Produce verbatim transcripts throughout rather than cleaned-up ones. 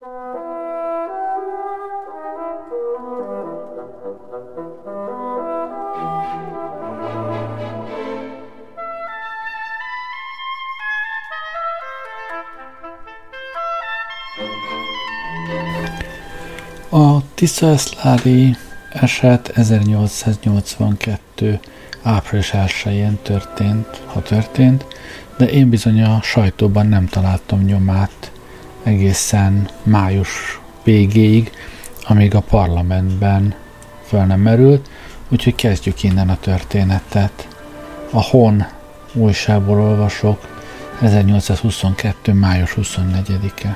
A tiszaeszlári eset ezernyolcszáznyolcvankettő április elsején történt, ha történt, de én bizony a sajtóban nem találtam nyomát egészen május végéig, amíg a parlamentben föl nem merült, úgyhogy kezdjük innen a történetet. A Hon újságból olvasok, ezernyolcszázhuszonkettő. május huszonnegyedike.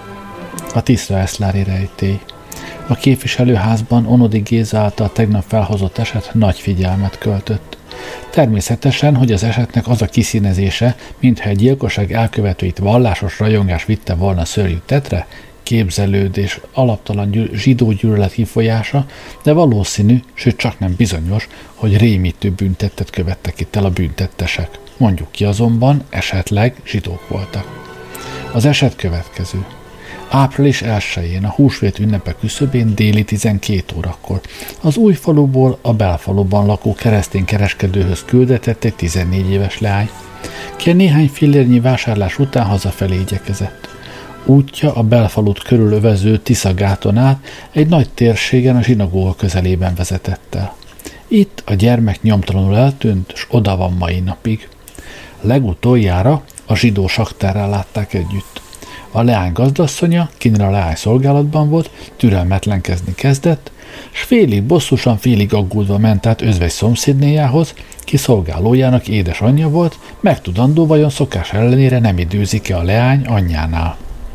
A tiszaeszlári rejtély. A képviselőházban Onodi Géza által tegnap felhozott eset nagy figyelmet költött. Természetesen, hogy az esetnek az a kiszínezése, mintha egy gyilkosság elkövetőit vallásos rajongás vitte volna szörnyű tetre, képzelődés, alaptalan gyűl- zsidó gyűlölet kifolyása, de valószínű, sőt csak nem bizonyos, hogy rémítő büntettet követtek itt el a büntettesek. Mondjuk ki azonban, esetleg zsidók voltak. Az eset következő. április elsején a húsvét ünnepe küszöbén déli tizenkét órakor az Újfaluból a Belfaluban lakó keresztény kereskedőhöz küldetett egy tizennégy éves leány, ki a néhány fillérnyi vásárlás után hazafelé igyekezett. Útja a Belfalut körülövező Tiszagáton át egy nagy térségen a zsinagóga közelében vezetett el. Itt a gyermek nyomtalanul eltűnt, s oda van mai napig. Legutoljára a zsidó saktárral látták együtt. A leány gazdasszonya, kinél a leány szolgálatban volt, türelmetlenkezni kezdett, s félig bosszusan, félig aggódva ment át özvegy szomszédnéjához, ki szolgálójának édesanyja volt, megtudandó vajon szokás ellenére nem időzik-e a leány anyjánál.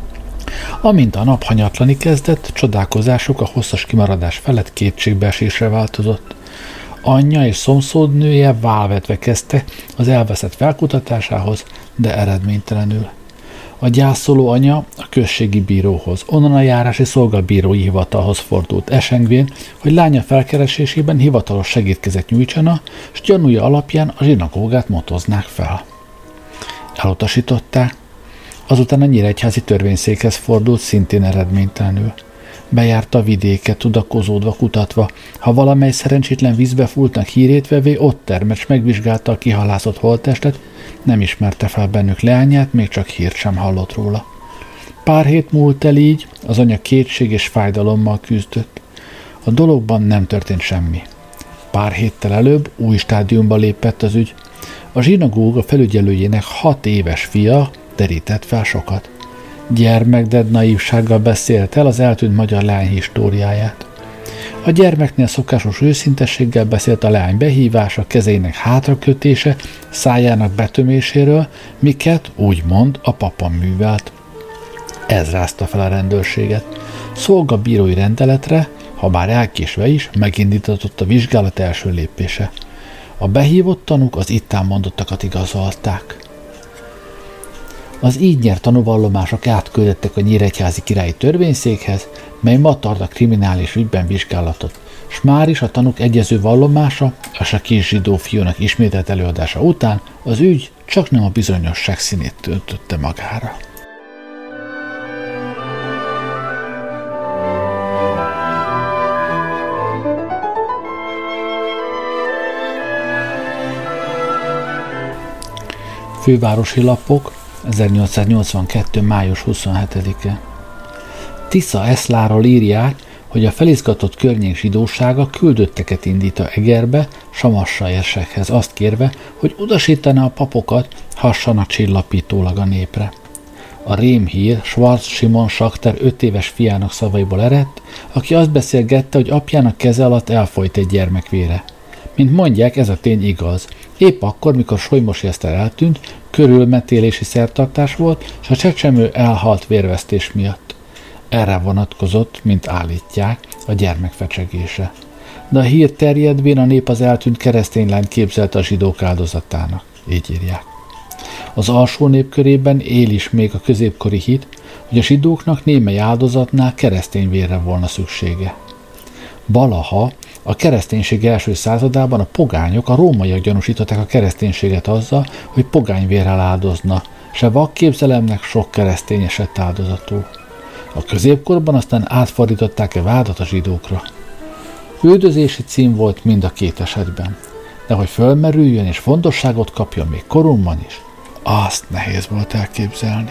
Amint a nap hanyatlani kezdett, csodálkozásuk a hosszas kimaradás felett kétségbeesésre változott. Anyja és szomszédnője válvetve kezdte az elveszett felkutatásához, de eredménytelenül. A gyászoló anya a községi bíróhoz, onnan a járási szolgabírói hivatalhoz fordult esengvén, hogy lánya felkeresésében hivatalos segítkezet nyújtsana, s gyanúja alapján a zsinagógát motoznák fel. Elutasították, azután a nyíregyházi törvényszékhez fordult szintén eredménytelenül. Bejárta a vidéket, tudakozódva, kutatva, ha valamely szerencsétlen vízbe fultnak hírét vevé, ott termett, s megvizsgálta a kihalászott holttestet, nem ismerte fel bennük leányát, még csak hírt sem hallott róla. Pár hét múlt el így, az anya kétség és fájdalommal küzdött. A dologban nem történt semmi. Pár héttel előbb új stádiumba lépett az ügy. A zsinagóga felügyelőjének hat éves fia derített fel sokat. Gyermekded naívsággal beszélt el az eltűnt magyar leány históriáját. A gyermeknél szokásos őszintességgel beszélt a leány behívása, kezeinek hátrakötése, szájának betöméséről, miket, úgymond, a papa művelt. Ez rázta fel a rendőrséget. Szolgabírói rendeletre, ha bár elkésve is, megindítatott a vizsgálat első lépése. A behívott tanúk az itt elmondottakat igazolták. Az így nyert tanúvallomások átküldettek a nyíregyházi királyi törvényszékhez, mely ma tart a kriminális ügyben vizsgálatot, s már is a tanúk egyező vallomása, és a kis zsidó fiúnak ismételt előadása után az ügy csak nem a bizonyosság színét töltötte magára. Fővárosi lapok, ezernyolcszáznyolcvankettő. május huszonhetedike. Tiszaeszláról írják, hogy a felizgatott környék zsidósága küldötteket indít a Egerbe, Samassaérsekhez azt kérve, hogy utasítaná a papokat, hassanak csillapítólag a népre. A rémhír Schwarz Simon Saktár öt éves fiának szavaiból eredt, aki azt beszélgette, hogy apjának keze alatt elfolyt egy gyermek vére. Mint mondják, ez a tény igaz. Épp akkor, mikor Solymosi Eszter eltűnt, körülmetélési szertartás volt, és a csecsemő elhalt vérvesztés miatt. Erre vonatkozott, mint állítják, a gyermek fecsegése. De a hír terjedvén a nép az eltűnt keresztény lányt képzelte a zsidók áldozatának. Így írják. Az alsó nép körében él is még a középkori hit, hogy a zsidóknak némely áldozatnál keresztény vérre volna szüksége. Valaha a kereszténység első századában a pogányok, a rómaiak gyanúsították a kereszténységet azzal, hogy pogányvérrel áldozna, se vakképzelemnek sok keresztény esett áldozatul. A középkorban aztán átfordították a vádat a zsidókra. Üldözési cím volt mind a két esetben, de hogy fölmerüljön és fontosságot kapjon még korunkban is, azt nehéz volt elképzelni.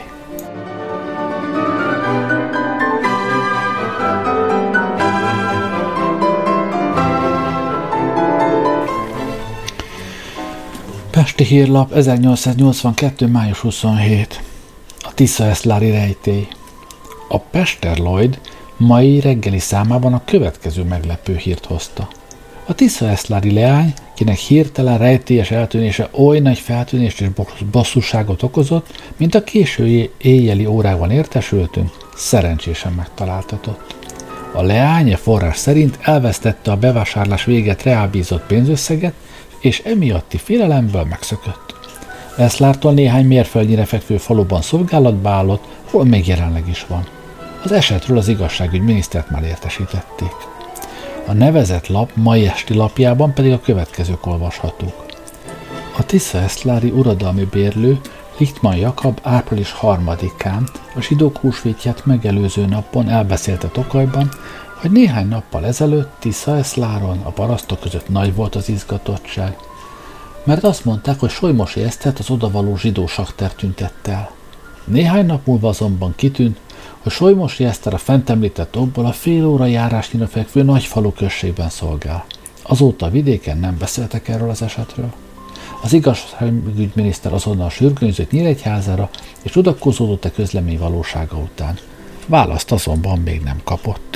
Pesti Hírlap, ezernyolcszáznyolcvankettő. május huszonhetedike. A Tisza-Eszlári rejtély. A Pester Lloyd mai reggeli számában a következő meglepő hírt hozta. A Tisza-Eszlári leány, kinek hirtelen rejtélyes eltűnése oly nagy feltűnést és bosszúságot okozott, mint a késő éjjeli órákban értesültünk, szerencsésen megtaláltatott. A leány forrás szerint elvesztette a bevásárlás véget reálbízott pénzösszeget, és emiatti félelemből megszökött. Eszlártól néhány mérföldnyire fekvő faluban szolgálatba állott, hol még jelenleg is van. Az esetről az igazságügy minisztert már értesítették. A nevezett lap mai esti lapjában pedig a következők olvashatók. A Tisza-Eszlári uradalmi bérlő Lichtman Jakab április harmadikán a zsidók húsvétját megelőző napon elbeszélte Tokajban, hogy néhány nappal ezelőtt Tisza-Eszláron a parasztok között nagy volt az izgatottság, mert azt mondták, hogy Solymosi Esztert az odavaló zsidó Sakter tüntette el. Néhány nap múlva azonban kitűnt, hogy Solymosi Eszter a fent említett okból a fél óra járásnyira fekvő nagyfalu községben szolgál. Azóta a vidéken nem beszéltek erről az esetről. Az igazságügyminiszter azonnal sürgőnyzött Nyíregyházára, és tudakozódott a közlemény valósága után. Választ azonban még nem kapott.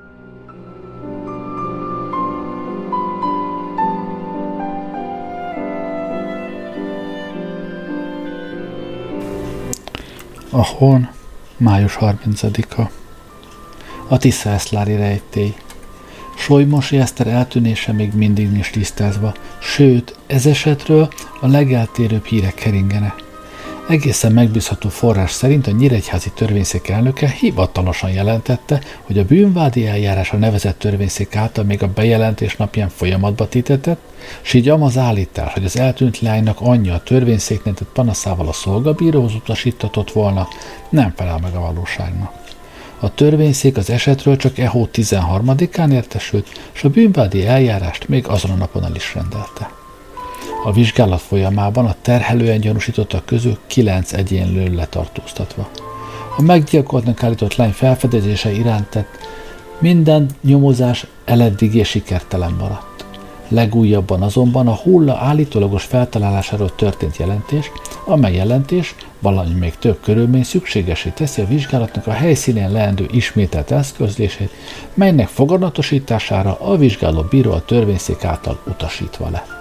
A Hon, május harmincadika. A Tisza-Eszlári rejtély. Solymosi Eszter eltűnése még mindig nincs tisztázva, sőt, ez esetről a legeltérőbb hírek keringenek. Egészen megbízható forrás szerint a nyíregyházi törvényszék elnöke hivatalosan jelentette, hogy a bűnvádi eljárás a nevezett törvényszék által még a bejelentés napján folyamatba tétetett, s így az állítás, hogy az eltűnt leánynak anyja a törvényszéknél tett panaszával a szolgabíróhoz utasítatott volna, nem felel meg a valóságnak. A törvényszék az esetről csak e hó tizenharmadikán értesült, és a bűnvádi eljárást még azon a napon el is rendelte. A vizsgálat folyamában a terhelően gyanúsítottak közül kilenc egyén lől letartóztatva. A meggyilkoltnak állított lány felfedezése iránt tett minden nyomozás eleddigé sikertelen maradt. Legújabban azonban a hulla állítólagos feltalálásáról történt jelentés, amely jelentés valami még több körülmény szükségesé teszi a vizsgálatnak a helyszínén leendő ismételt eszközlését, melynek foganatosítására a vizsgáló bíró a törvényszék által utasítva lett.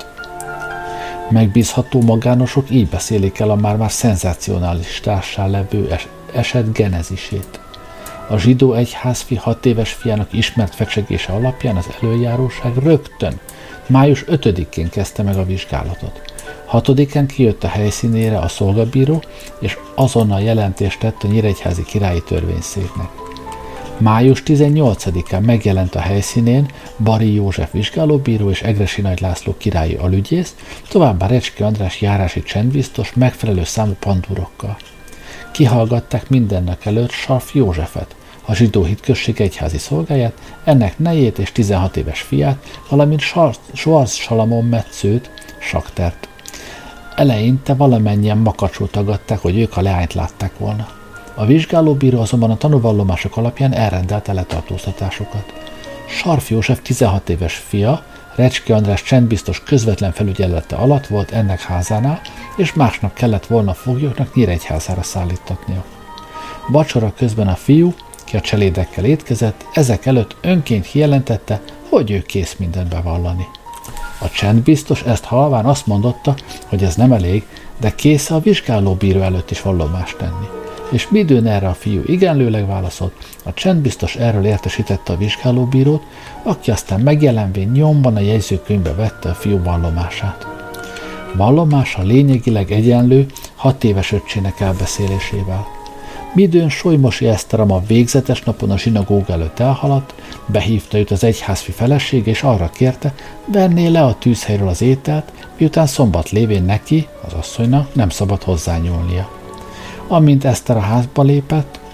Megbízható magánosok így beszélik el a már-már szenzácionális társán levő es- eset genezisét. A zsidó egyházfi hat éves fiának ismert fecsegése alapján az előjáróság rögtön május ötödikén kezdte meg a vizsgálatot. hatodikán kijött a helyszínére a szolgabíró, és azonnal jelentést tett a nyíregyházi királyi törvényszéknek. május tizennyolcadikán megjelent a helyszínén Bari József vizsgálóbíró és Egressy Nagy László királyi alügyész, továbbá Recske András járási csendbiztos megfelelő számú pandúrokkal. Kihallgatták mindennek előtt Sarf Józsefet, a zsidó hitközség egyházi szolgáját, ennek nejét és tizenhat éves fiát, valamint Schwarz Salamon Metszőt, Saktert. Eleinte valamennyien makacsul tagadták, hogy ők a leányt látták volna. A vizsgálóbíró azonban a tanúvallomások alapján elrendelte letartóztatásokat. Sarf József tizenhat éves fia, Recske András csendbiztos közvetlen felügyelete alatt volt ennek házánál, és másnap kellett volna foglyoknak Nyíregyházára szállítatnia. Vacsora közben a fiú, ki a cselédekkel étkezett, ezek előtt önként kijelentette, hogy ő kész mindent bevallani. A csendbiztos ezt halván azt mondotta, hogy ez nem elég, de kész a vizsgálóbíró előtt is vallomást tenni. És midőn erre a fiú igenlőleg válaszolt, a csendbiztos erről értesítette a vizsgálóbírót, aki aztán megjelenvén nyomban a jegyzőkönyvbe vette a fiú vallomását. Vallomása lényegileg egyenlő hat éves öccsének elbeszélésével. Midőn Solymosi Eszter a végzetes napon a zsinagóga előtt elhaladt, behívta őt az egyházfi felesége, és arra kérte, venné le a tűzhelyről az ételt, miután szombat lévén neki, az asszonynak nem szabad hozzányúlnia. Amint Eszter a házba lépett,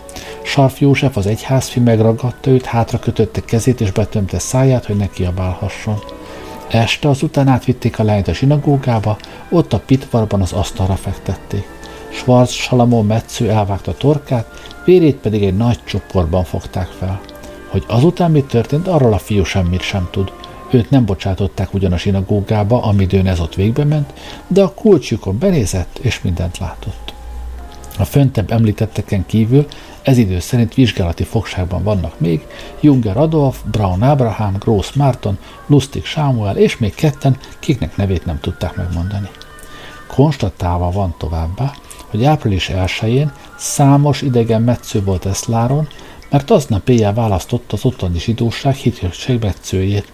Sarf József, az egyházfi megragadta őt, hátra kötötte kezét és betömte száját, hogy ne kiabálhasson. Este azután átvitték a lányt a zsinagógába, ott a pitvarban az asztalra fektették. Schwarz Salamon metsző elvágta torkát, vérét pedig egy nagy csoportban fogták fel. Hogy azután mi történt, arról a fiú semmit sem tud. Őt nem bocsátották ugyan a zsinagógába, amidőn ez ott végbe ment, de a kulcsjukon benézett, és mindent látott. A föntebb említetteken kívül ez idő szerint vizsgálati fogságban vannak még Junger Adolf, Braun Abraham, Gross Márton, Lustig Sámuel és még ketten, kiknek nevét nem tudták megmondani. Konstatálva van továbbá, hogy április elsején számos idegen metsző volt Eszláron, mert aznap éjjel választott az ottani zsidóság hithőség metszőjét.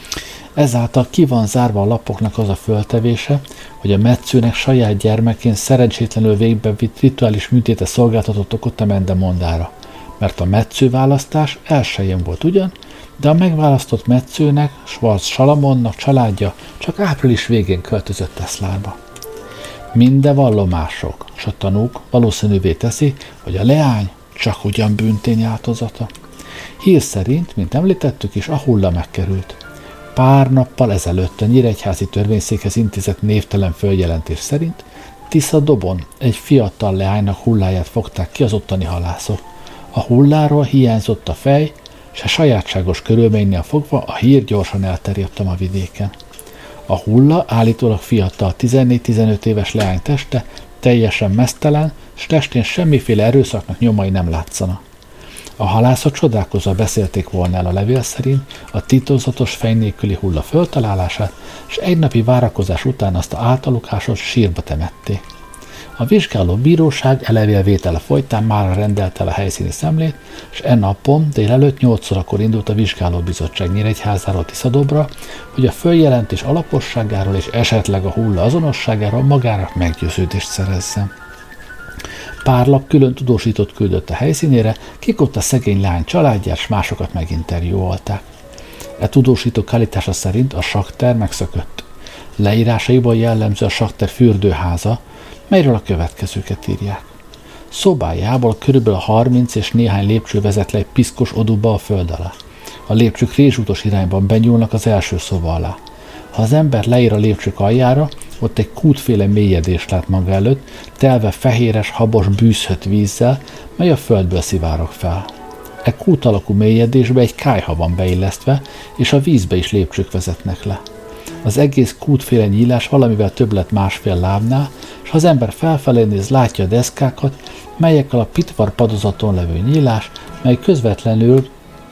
Ezáltal ki van zárva a lapoknak az a föltevése, hogy a metszőnek saját gyermekén szerencsétlenül végbevitt rituális műtéte szolgáltatottak ott a mendemondára, mert a metszőválasztás elsején volt ugyan, de a megválasztott metszőnek, Schwarz Salamonnak családja csak április végén költözött Eszlárba. Minde vallomások s a tanúk valószínűvé teszi, hogy a leány csak ugyan bűntény áltozata. Hír szerint, mint említettük is, a hulla megkerült. Pár nappal ezelőtt a Nyíregyházi Törvényszékhez intézett névtelen följelentés szerint Tisza Dobon egy fiatal leánynak hulláját fogták ki az ottani halászok. A hulláról hiányzott a fej, s a sajátságos körülménynél fogva a hír gyorsan elterjedt a vidéken. A hulla állítólag fiatal tizennégy-tizenöt éves leány teste, teljesen meztelen, s testén semmiféle erőszaknak nyomai nem látszanak. A halászok csodálkozva beszélték volna el a levél szerint a titokzatos fej nélküli hulla föltalálását, és egy napi várakozás után azt a általukásos sírba temették. A vizsgáló bíróság elevélvétele folytán már rendelt el a helyszíni szemlét, és e napon délelőtt nyolc órakor indult a vizsgálóbizottság Nyíregyházáról Tiszadobra, hogy a följelentés alaposságáról és esetleg a hulla azonosságáról magára meggyőződést szerezzen. Pár lap külön tudósított küldött a helyszínére, kik ott a szegény lány családját, s másokat meginterjúolták. E tudósítók állítása szerint a sakter megszökött. Leírásaiból jellemző a sakter fürdőháza, melyről a következőket írják. Szobájából körülbelül harminc és néhány lépcső vezet le egy piszkos odúba a föld alá. A lépcsők rézsútos irányban benyúlnak az első szoba alá. Ha az ember leír a lépcsők aljára, ott egy kútféle mélyedést lát maga előtt, telve fehéres, habos, bűzhött vízzel, mely a földből szivárog fel. E kút alakú mélyedésbe egy kályha van beillesztve, és a vízbe is lépcsők vezetnek le. Az egész kútféle nyílás valamivel több lett másfél lábnál, és ha az ember felfelé néz, látja a deszkákat, melyekkel a pitvar padozaton levő nyílás, mely közvetlenül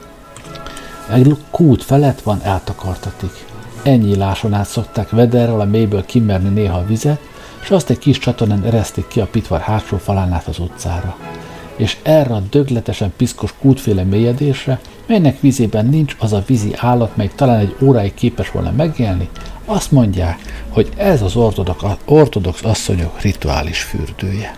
egy kút felett van, eltakartatik. Ennyi nyíláson át szokták vederrel a mélyből kimerni néha a vizet, és azt egy kis csatornán eresztik ki a pitvar hátsó falán át az utcára. És erre a dögletesen piszkos kútféle mélyedésre, melynek vízében nincs az a vízi állat, mely talán egy óráig képes volna megélni, azt mondják, hogy ez az ortodox, ortodox asszonyok rituális fürdője.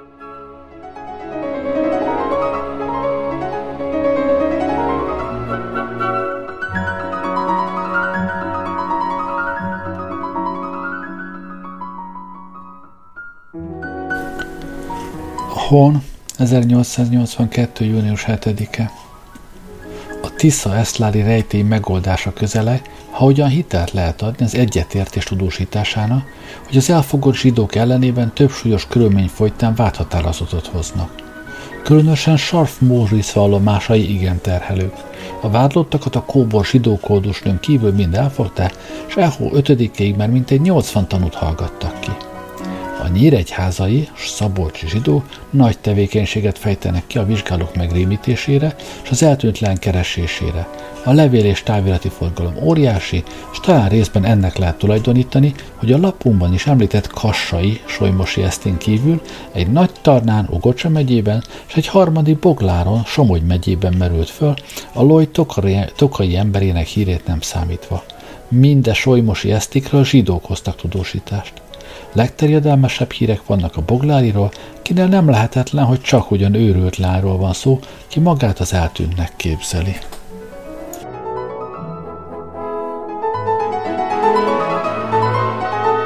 Hon, ezernyolcszáznyolcvankettő. június hetedike. A Tisza-eszlári rejtély megoldása közele, ha ugyan hitelt lehet adni az egyetértés tudósításának, hogy az elfogott zsidók ellenében több súlyos körülmény folytán vádhatározatot hoznak. Különösen Sarf Mózis vallomásai igen terhelők. A vádlottakat a kóbor zsidókódusnőn kívül mind elfogták, és elhó ötödikéig már mintegy nyolcvan tanút hallgattak ki. A nyíregyházai s szabolcsi zsidók nagy tevékenységet fejtenek ki a vizsgálók megrémítésére és az eltűnt lány keresésére. A levél és távirati forgalom óriási, és talán részben ennek lehet tulajdonítani, hogy a lapunkban is említett Kassai, Solymosi Esztén kívül egy Nagy Tarnán, Ugocsa megyében, és egy harmadik Bogláron, Somogy megyében merült föl, a Loj tokai, tokai emberének hírét nem számítva. Minde Solymosi Esztikről zsidók hoztak tudósítást. Legterjedelmesebb hírek vannak a Bogláriról, kinél nem lehetetlen, hogy csak ugyan őrült lányról van szó, ki magát az eltűntnek képzeli.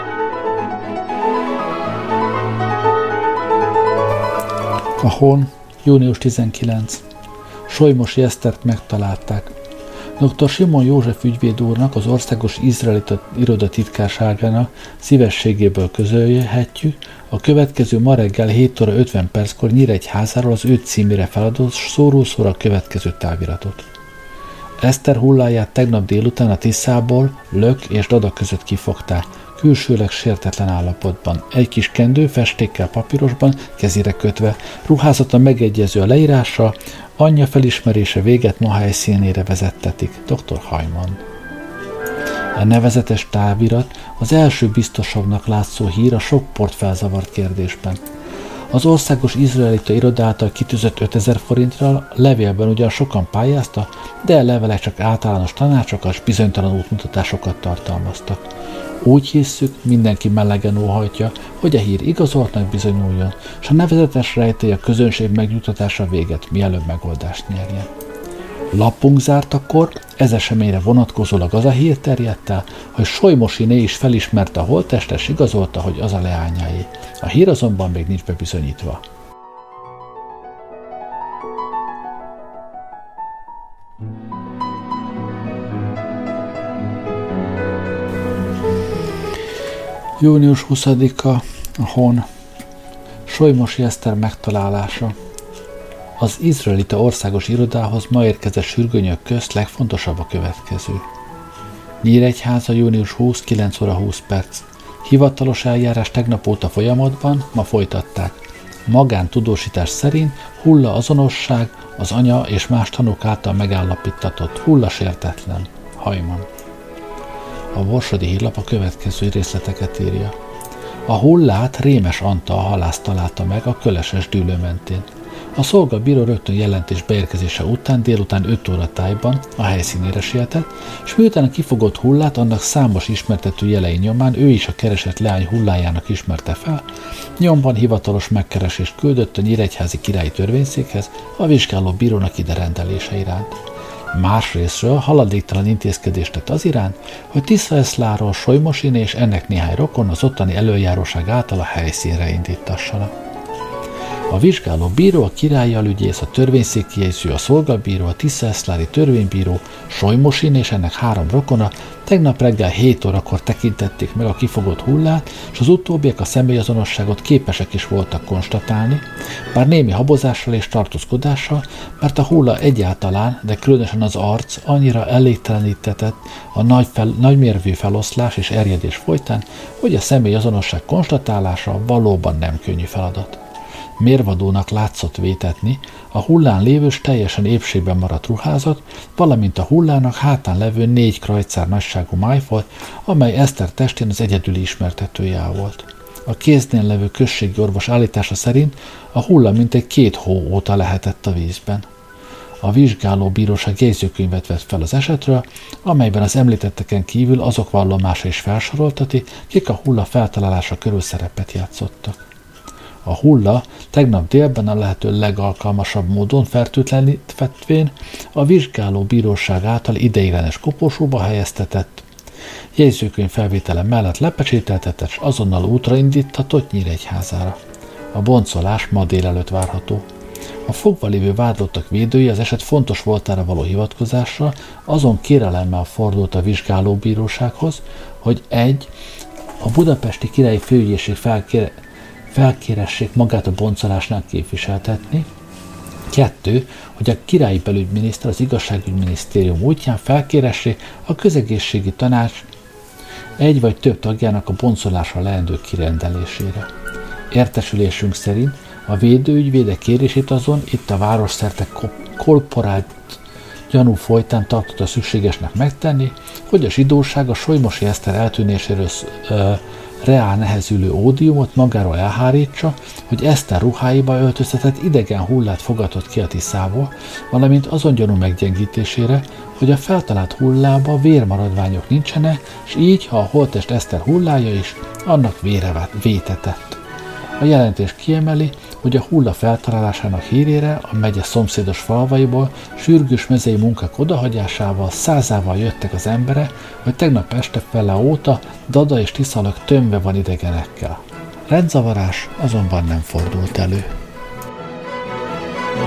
A Hon, június tizenkilencedike. Solymosi Esztert megtalálták. doktor Simon József ügyvéd úrnak, az Országos Izraelita Iroda titkárságának szívességéből közölhetjük, a következő ma reggel hét óra ötven perckor Nyíregyházáról az ő címére feladott szóról-szóra a következő táviratot. Eszter hulláját tegnap délután a Tiszából Lök és Dada között kifogták, külsőleg sértetlen állapotban. Egy kis kendő festékkel papírosban, kezére kötve, ruházata megegyező a leírása, anyja felismerése véget ma helyszínére vezettetik. doktor Hajman. A nevezetes távirat az első biztosabbnak látszó hír a sok port felzavart kérdésben. Az Országos Izraelita Iroda által kitűzött ötezer forintra levélben ugyan sokan pályázta, de a levelek csak általános tanácsokat és bizonytalan útmutatásokat tartalmaztak. Úgy hisszük, mindenki melegen óhajtja, hogy a hír igazoltnak bizonyuljon, és a nevezetes rejtély a közönség megnyugtatása véget, mielőbb megoldást nyerjen. Lapunk zártakor ez eseményre vonatkozólag az a hír terjedt el, hogy Solymosiné is felismerte a holttestet, és igazolta, hogy az a leányáé. A hír azonban még nincs bebizonyítva. június huszadika. A Hon. Solymosi Eszter megtalálása. Az izraelita országos irodához ma érkezett sürgőnyök közt legfontosabb a következő. Nyíregyháza, június huszadika, kilenc óra húsz perc. Hivatalos eljárás tegnap óta folyamatban, ma folytatták. Magántudósítás szerint hulla azonosság az anya és más tanúk által megállapítatott, hulla sértetlen. Hajman. A Borsodi Hírlap a következő részleteket írja. A hullát Rémes Antal halász találta meg a Köleses dűlő mentén. A szolgabíró rögtön jelentés beérkezése után délután öt óra tájban a helyszínére sietett, és miután a kifogott hullát annak számos ismertető jelei nyomán ő is a keresett leány hullájának ismerte fel, nyomban hivatalos megkeresést küldött a nyíregyházi királyi törvényszékhez a vizsgáló bírónak ide rendelése iránt. Másrészről haladéktalan intézkedést tett az iránt, hogy Tiszaeszláról Solymosin és ennek néhány rokon az ottani előjáróság által a helyszínre indítassanak. A vizsgáló bíró, a királyi ügyész, a törvényszéki jegyző, a szolgabíró, a tiszaeszlári törvénybíró, Solymosin és ennek három rokona tegnap reggel hét órakor tekintették meg a kifogott hullát, és az utóbbiak a személyazonosságot képesek is voltak konstatálni, bár némi habozással és tartózkodással, mert a hulla egyáltalán, de különösen az arc annyira elégtelenítetett a nagy fel, nagymérvű feloszlás és erjedés folytán, hogy a személyazonosság konstatálása valóban nem könnyű feladat. Mérvadónak látszott vétetni a hullán lévős teljesen épségben maradt ruházat, valamint a hullának hátán levő négy krajcár nagyságú májfot, amely Eszter testén az egyedüli ismertetője volt. A kéznél levő községi orvos állítása szerint a hulla mintegy két hó óta lehetett a vízben. A vizsgáló bíróság jegyzőkönyvet vett fel az esetről, amelyben az említetteken kívül azok vallomása is felsoroltati, kik a hulla feltalálása körül szerepet játszottak. A hulla tegnap délben a lehető legalkalmasabb módon fertőtlenítvén a vizsgáló bíróság által ideiglenes koporsóba helyeztetett, jegyzőkönyv felvétele mellett lepecsételtetett és azonnal útra indítatott Nyíregyházára. A boncolás ma délelőtt várható. A fogva lévő vádlottak védői az eset fontos voltára való hivatkozásra azon kérelemmel fordult a vizsgálóbírósághoz, hogy egy a budapesti királyi főügyészség felkér felkéressék magát a boncolásnál képviseltetni. Kettő, hogy a királyi belügyminiszter az igazságügyminisztérium útján felkéressék a közegészségi tanács egy vagy több tagjának a boncolásra leendő kirendelésére. Értesülésünk szerint a védőügyvédek kérését azon itt a városszerte korporált gyanú folytán tartotta szükségesnek megtenni, hogy a zsidóság a Solymosi Eszter eltűnéséről ö, reál nehezülő ódiumot magáról elhárítsa, hogy Eszter ruháiba öltöztetett idegen hullát fogatott ki a Tiszából, valamint azon gyanú meggyengítésére, hogy a feltalált hullába vérmaradványok nincsenek, és így, ha a holttest Eszter hullája is, annak vére vétetett. A jelentés kiemeli, hogy a hulla feltalálásának hírére a megye szomszédos falvaiból sürgős mezei munkák odahagyásával százával jöttek az emberek, hogy tegnap este fele óta Dada és Tiszalök tömve van idegenekkel. Rendzavarás azonban nem fordult elő.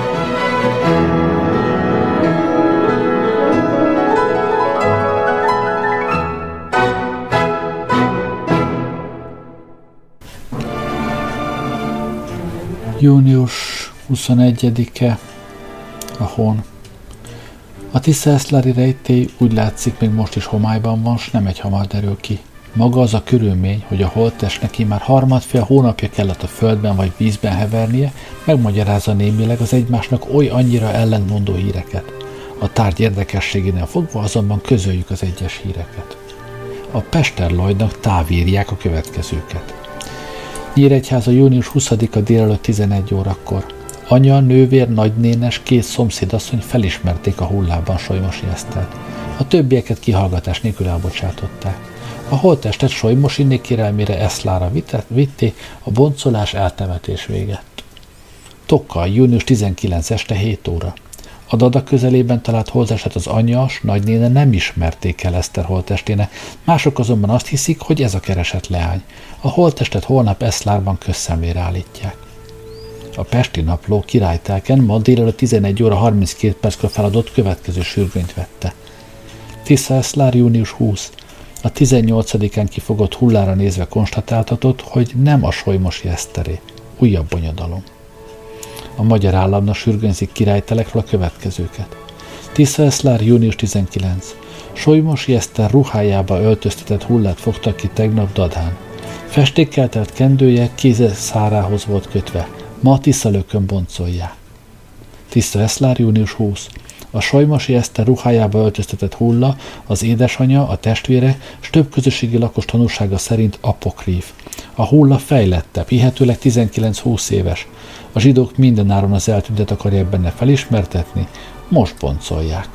június huszonegyedike, a hón. A Tisza-Eszlári rejtély úgy látszik, még most is homályban van, s nem egy hamar derül ki. Maga az a körülmény, hogy a holttest neki már harmadfél hónapja kellett a földben vagy vízben hevernie, megmagyarázza némileg az egymásnak oly annyira ellentmondó híreket. A tárgy érdekességénél fogva azonban közöljük az egyes híreket. A Pester Lloydnak távírják a következőket. Nyíregyháza június huszadika délelőtt tizenegy órakor. Anya, nővér, nagynénes, két szomszédasszony felismerték a hullában Solymosi Esztert. A többieket kihallgatás nélkül elbocsátották. A holttestet Solymosi kérelmére Eszlára vitték, a boncolás eltemetés végett. Tokkal, június tizenkilencedike este hét óra. A Dada közelében talált holttestet az anyja, s nagynéne nem ismerték el Eszter holttestének, mások azonban azt hiszik, hogy ez a keresett leány. A holttestet holnap Eszlárban közszemlére állítják. A Pesti Napló Királytelken ma délelőtt tizenegy óra harminckét perckor feladott következő sürgönyt vette. Tisza-Eszlár június huszadika. A tizennyolcadikán kifogott hullára nézve konstatáltatott, hogy nem a Solymosi Eszteré. Újabb bonyodalom. A Magyar Államnak sürgönyzik királytelekről a következőket. Tisza-Eszlár június tizenkilencedike. Solymosi Eszter ruhájába öltöztetett hullát fogtak ki tegnap Dadán. Festékkel telt kendője kéze szárához volt kötve. Ma Tiszalökön boncolják. Tisza-Eszlár június huszadika. A Solymosi Eszter ruhájába öltöztetett hulla az édesanyja, a testvére, s több közösségi lakos tanúsága szerint apokríf. A hulla fejlettebb, hihetőleg tizenkilenc-húsz éves. A zsidók mindenáron az eltüntet akarják benne felismertetni, most boncolják.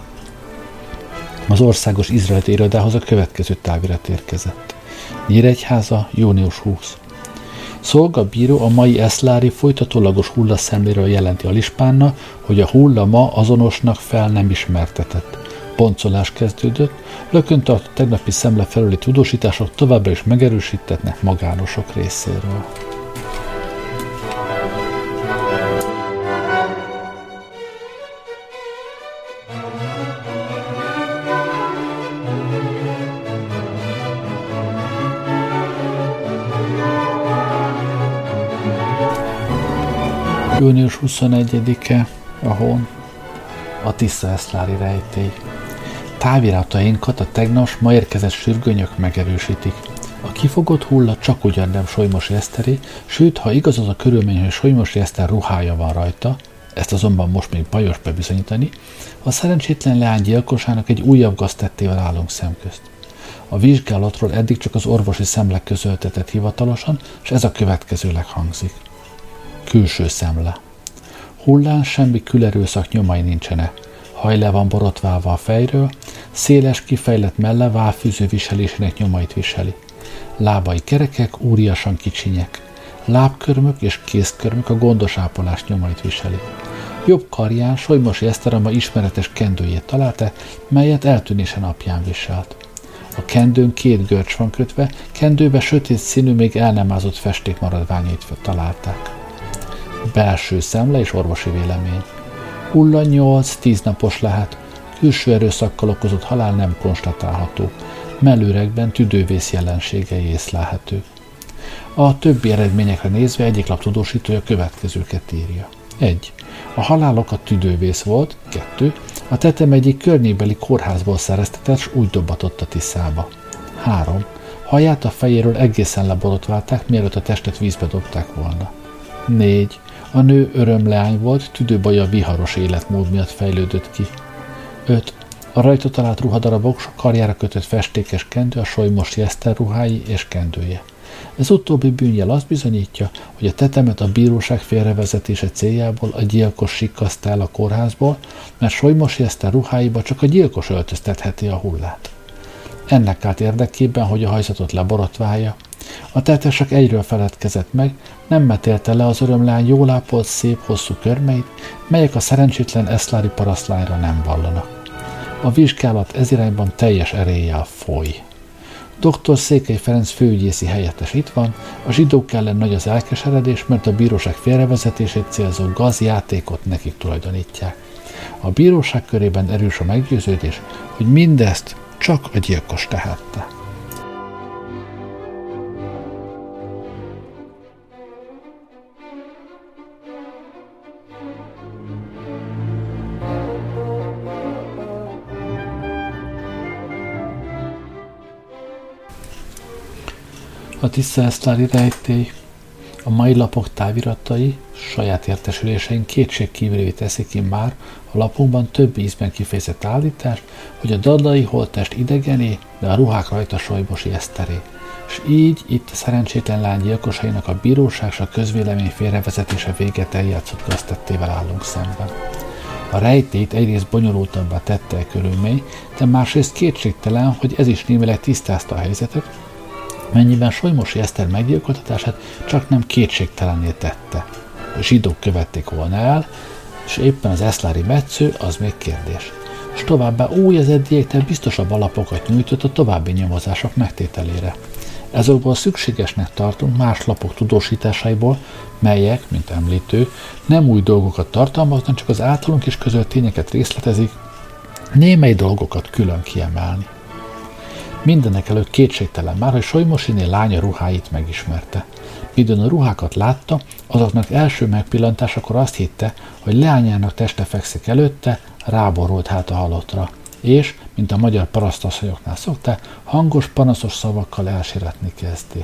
Az Országos Izraeliti Irodához a következő távirat érkezett. Nyíregyháza, június huszadika. Szolgabíró a mai eszlári folytatólagos hullaszemléről jelenti a Lispánna, hogy a hulla ma azonosnak fel nem ismertetett. Boncolás kezdődött, lökön tart a tegnapi szemle felüli tudósítások továbbra is megerősítetnek magánosok részéről. június huszonegyedike, a hón. A Tisza-Eszlári rejtély. Táviratainkat a tegnap ma érkezett sürgönyök megerősítik. A kifogott hulla csak ugyan nem Solymosi Eszteré, sőt, ha igaz az a körülmény, hogy Solymosi Eszter ruhája van rajta, ezt azonban most még bajos bebizonyítani, a szerencsétlen leány gyilkosának egy újabb gaztettével állunk szemközt. A vizsgálatról eddig csak az orvosi szemle közöltetett hivatalosan, és ez a következőleg hangzik. Külső szemle. Hullán semmi külerőszak nyomai nincsenek. Haj le van borotválva a fejről, széles, kifejlett melle válfűző viselésének nyomait viseli. Lábai kerekek, úriasan kicsinyek. Lábkörmök és kézkörmök a gondos ápolás nyomait viseli. Jobb karján Solymosi Eszter a ma ismeretes kendőjét találta, melyet eltűnése napján viselt. A kendőn két görcs van kötve, kendőbe sötét színű, még el nem ázott festék maradványait találták. Belső szemle és orvosi vélemény. Hulla nyolc-tíz napos lehet, külső erőszakkal okozott halál nem konstatálható, mellőrekben tüdővész jelenségei észlelhetők. A többi eredményekre nézve egyik lap tudósítója következőket írja. egy. A halál oka tüdővész volt. kettő. A tetem egyik környékbeli kórházból szereztetett, s úgy dobbatott a Tiszába. három. Haját a fejéről egészen leborotválták, mielőtt a testet vízbe dobták volna. négy. A nő örömleány volt, tüdőbaja viharos életmód miatt fejlődött ki. öt. A rajta talált ruhadarabok, karjára kötött festékes kendő a Solymosi Eszter ruhái és kendője. Ez utóbbi bűnjel azt bizonyítja, hogy a tetemet a bíróság félrevezetése céljából a gyilkos sikkaszta el a kórházból, mert Solymosi Eszter ruháiba csak a gyilkos öltöztetheti a hullát. Ennek állt érdekében, hogy a hajzatot leborotválja. A tettes csak egyről feledkezett meg, nem metélte le az örömlány jól ápolt, szép, hosszú körmeit, melyek a szerencsétlen eszlári parasztlányra nem vallanak. A vizsgálat ez irányban teljes eréllyel foly. doktor Székely Ferenc főügyészi helyettes itt van, a zsidók ellen nagy az elkeseredés, mert a bíróság félrevezetését célzó gazjátékot nekik tulajdonítják. A bíróság körében erős a meggyőződés, hogy mindezt csak a gyilkos tehette. A Tisza-Eszlári rejtély, a mai lapok táviratai saját értesüléseink kétségkívülévé teszik ki már a lapunkban több ízben kifejezett állítást, hogy a dadai holttest idegené, de a ruhák rajta Solymosi Eszteré. És így itt a szerencsétlen lány gyilkosainak a bíróság és a közvélemény félrevezetése véget eljátszott gaztettével állunk szemben. A rejtét egyrészt bonyolultabbá tette a körülmény, de másrészt kétségtelen, hogy ez is némileg tisztázta a helyzetet, mennyiben Solymosi Eszter meggyilkoltatását csak nem kétségtelenné tette. A zsidók követték volna el, és éppen az eszlári metsző, az még kérdés. És továbbá új az eddieknél biztosabb alapokat nyújtott a további nyomozások megtételére. Ezokból szükségesnek tartunk más lapok tudósításaiból, melyek, mint említő, nem új dolgokat tartalmaznak, csak az általunk is közölt tényeket részletezik, némely dolgokat külön kiemelni. Mindenek előtt kétségtelen már, hogy Solymosiné lánya ruháit megismerte. Midőn a ruhákat látta, azoknak első megpillantásakor azt hitte, hogy leányának teste fekszik előtte, ráborult hát a halottra, és, mint a magyar parasztasszonyoknál szokták, hangos, panaszos szavakkal elsiratni kezdi.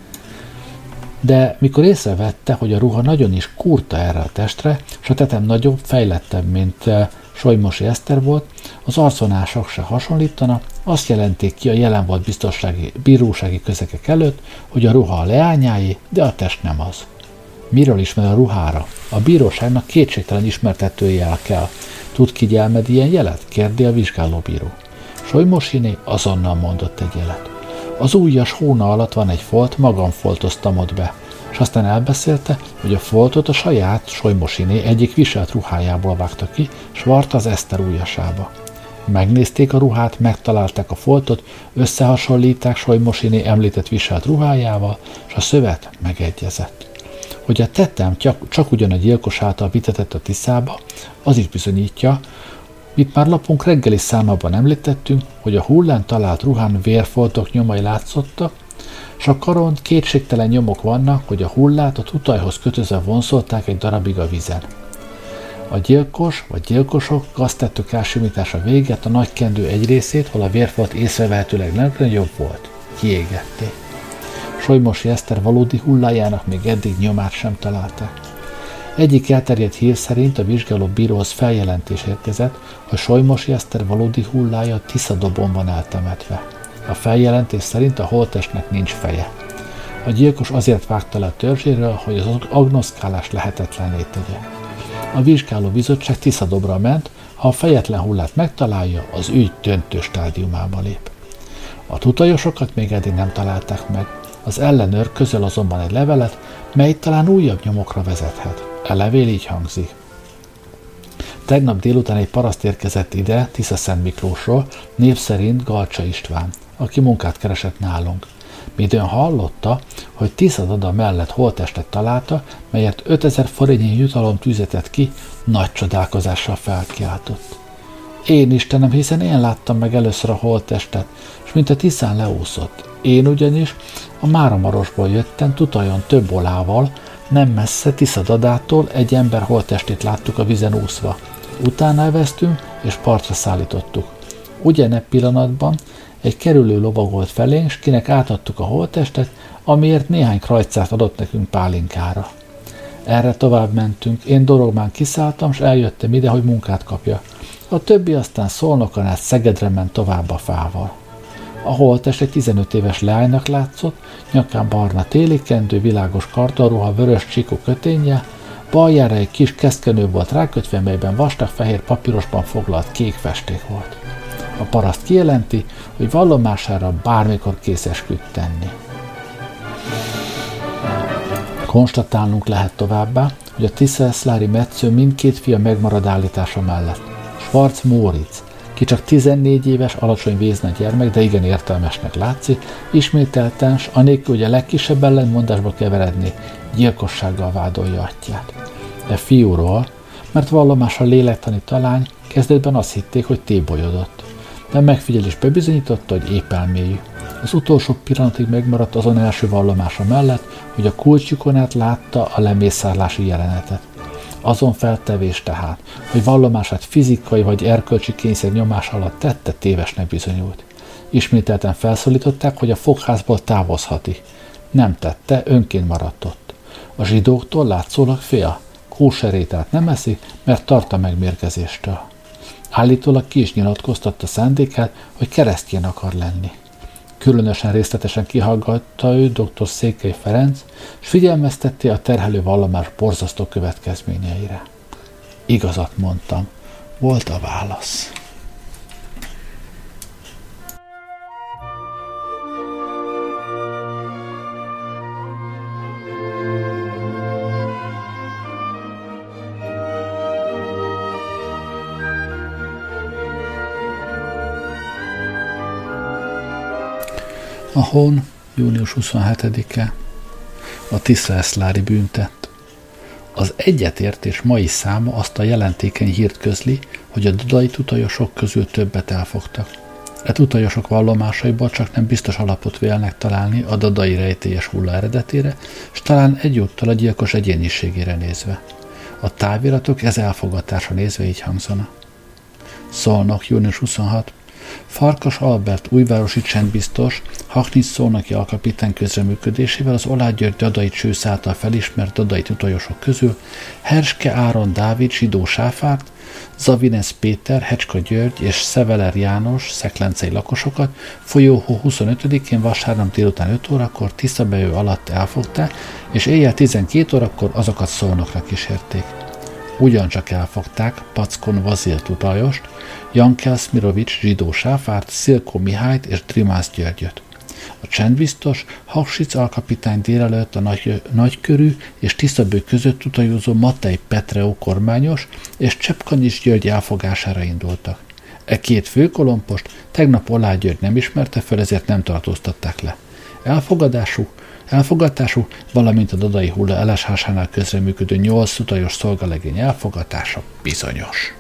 De mikor észrevette, hogy a ruha nagyon is kurta erre a testre, s a tetem nagyobb, fejlettebb, mint Solymosi Eszter volt, az arcvonások se hasonlítana, azt jelenték ki a jelen volt biztonsági, bírósági közegek előtt, hogy a ruha a leányáé, de a test nem az. Miről ismer a ruhára? A bíróságnak kétségtelen ismertetőjel kell. Tud kigyelmed ilyen jelet? Kérdi a vizsgálóbíró. Solymosiné azonnal mondott egy jelet. Az ujjas hóna alatt van egy folt, magam foltoztam ott be. És aztán elbeszélte, hogy a foltot a saját Solymosiné egyik viselt ruhájából vágta ki, s varta az Eszter ujjasába. Megnézték a ruhát, megtalálták a foltot, összehasonlítták Solymosiné említett viselt ruhájával, és a szövet megegyezett. Hogy a tettem csak, csak ugyan a gyilkos által vitetett a Tiszába, az is bizonyítja, mit már lapunk reggeli számában említettünk, hogy a hullán talált ruhán vérfoltok nyomai látszottak, s a karon kétségtelen nyomok vannak, hogy a hullát a tutajhoz kötözve vonszolták egy darabig a vizen. A gyilkos vagy gyilkosok gaztettük elsimítása véget a nagy kendő egy részét, hol a vérfolt észrevehetőleg legnagyobb volt, kiégették. Solymosi Eszter valódi hullájának még eddig nyomát sem találták. Egyik elterjedt hír szerint a vizsgáló bíróhoz feljelentés érkezett, hogy Solymosi Eszter valódi hullája a Tiszadobon van eltemetve. A feljelentés szerint a holttestnek nincs feje. A gyilkos azért vágta le a törzséről, hogy az agnoszkálás lehetetlenné tegye. A vizsgáló bizottság Tiszadobra ment, ha a fejetlen hullát megtalálja, az ügy döntő stádiumába lép. A tutajosokat még eddig nem találták meg. Az ellenőr közöl azonban egy levelet, mely talán újabb nyomokra vezethet. A levél így hangzik. Tegnap délután egy paraszt érkezett ide Tiszaszent Miklósról, név szerint Galcsa István, aki munkát keresett nálunk. Midőn hallotta, hogy Tiszadada mellett holttestet találta, melyet ötezer forintnyi jutalom tűzetett ki, nagy csodálkozással felkiáltott. Én Istenem, hiszen én láttam meg először a holttestet, és mint a Tiszán leúszott. Én ugyanis a Máramarosból jöttem tutajon több olával, nem messze Tiszadadától egy ember holttestét láttuk a vizen úszva. Utána elvesztünk, és partra szállítottuk. Ugyanebb pillanatban egy kerülő lovagolt felénk, s kinek átadtuk a holttestet, amiért néhány krajcát adott nekünk pálinkára. Erre tovább mentünk, én dorogmán kiszálltam, s eljöttem ide, hogy munkát kapja. A többi aztán Szolnokon át Szegedre ment tovább a fával. A holttest egy tizenöt éves leánynak látszott, nyakán barna télikendő, világos kartonruha, vörös csíkú köténnyel, baljára egy kis keszkenő volt rákötve, melyben vastag fehér papírosban foglalt kék festék volt. A paraszt kijelenti, hogy vallomására bármikor kész esküt tenni. Konstatálnunk lehet továbbá, hogy a Tisza-Eszlári metsző mindkét fia megmarad állítása mellett. Schwarz Móricz, ki csak tizennégy éves, alacsony vézna gyermek, de igen értelmesnek látszik, ismételten, s anélkül, hogy a legkisebb ellentmondásba keveredni, gyilkossággal vádolja atyját. De fiúról, mert vallomása lélektani talány, kezdetben azt hitték, hogy tébolyodott. De megfigyelés bebizonyította, hogy épp elmélyű. Az utolsó pillanatig megmaradt azon első vallomása mellett, hogy a kulcsjukon át látta a lemészárlási jelenetet. Azon feltevés tehát, hogy vallomását fizikai vagy erkölcsi kényszer nyomás alatt tette, tévesnek bizonyult. Ismételten felszólították, hogy a fogházból távozhati. Nem tette, önként maradt ott. A zsidóktól látszólag fél. Kóserételt nem eszi, mert tart a megmérgezéstől. Állítólag ki is nyilatkoztatta szándékát, hogy keresztjén akar lenni. Különösen részletesen kihallgatta ő dr. Székely Ferenc, és figyelmeztette a terhelő vallomás borzasztó következményeire. Igazat mondtam, volt a válasz. A hón, június huszonhetedike, a Tisza-Eszlári bűntett. Az egyetértés mai száma azt a jelentékeny hírt közli, hogy a dodai tutajosok közül többet elfogtak. E tutajosok vallomásaiból csak nem biztos alapot vélnek találni a dodai rejtélyes hulla eredetére, és talán egyúttal a gyilkos egyéniségére nézve. A táviratok ez elfogatása nézve így hangzana. Szolnok, június huszonhatodika. Farkas Albert újvárosi csendbiztos, Haknic szónoki alkapitány közreműködésével az Oláh György dadai csősz által felismert dadai tutajosok közül Herske Áron Dávid zsidó Sáfárt, Zavinesz Péter, Hecska György és Szeveler János szeklencei lakosokat folyóhó huszonötödikén vasárnap délután öt órakor Tiszabeő alatt elfogták, és éjjel tizenkét órakor azokat Szolnokra kísérték. Ugyancsak elfogták Packon Vazil tutajost, Jankel Szmirovics zsidó Sáfárt, Szilkó Mihályt és Drimász Györgyöt. A csendbiztos Haksic alkapitány délelőtt a nagy, nagykörű és Tiszabő között tutajozó Matej Petreó kormányos és Cseppkanyics György elfogására indultak. E két főkolompost tegnap Oláh György nem ismerte fel, ezért nem tartóztatták le. Elfogadásuk Elfogatásuk, valamint a dodai hulla eleshásánál közreműködő nyolc tutajos szolgalegény elfogatása bizonyos.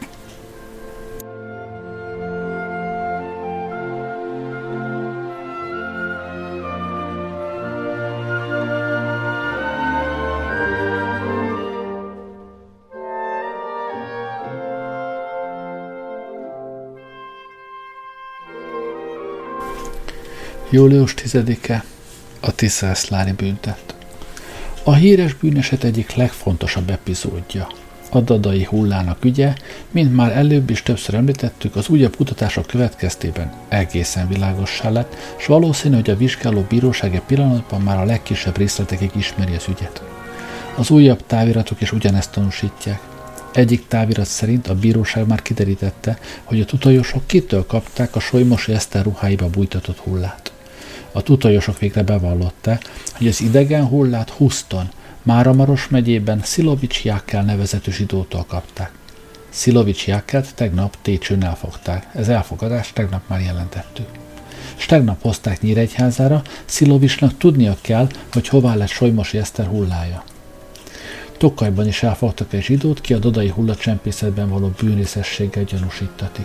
július tizedike. A Tisza-Eszlári bűntett. A híres bűneset egyik legfontosabb epizódja. A dadai hullának ügye, mint már előbb is többször említettük, az újabb kutatások következtében egészen világossá lett, s valószínű, hogy a vizsgáló bíróság egy pillanatban már a legkisebb részletekig ismeri az ügyet. Az újabb táviratok is ugyanezt tanúsítják. Egyik távirat szerint a bíróság már kiderítette, hogy a tutajosok kitől kapták a Solymosi Eszter ruháiba bújtatott hullát. A tutajosok végre bevallották, hogy az idegen hullát Huszton, Máramaros megyében Szilovics Jákkel nevezetű zsidótól kapták. Szilovics Jákkelt tegnap Técsőn elfogták, ez elfogadás tegnap már jelentettük. És tegnap hozták Nyíregyházára, Szilovicsnak tudnia kell, hogy hová lett Solymosi Eszter hullája. Tokajban is elfogtak egy zsidót, ki a dodai hullacsempészetben való bűnrészességgel gyanúsítatik.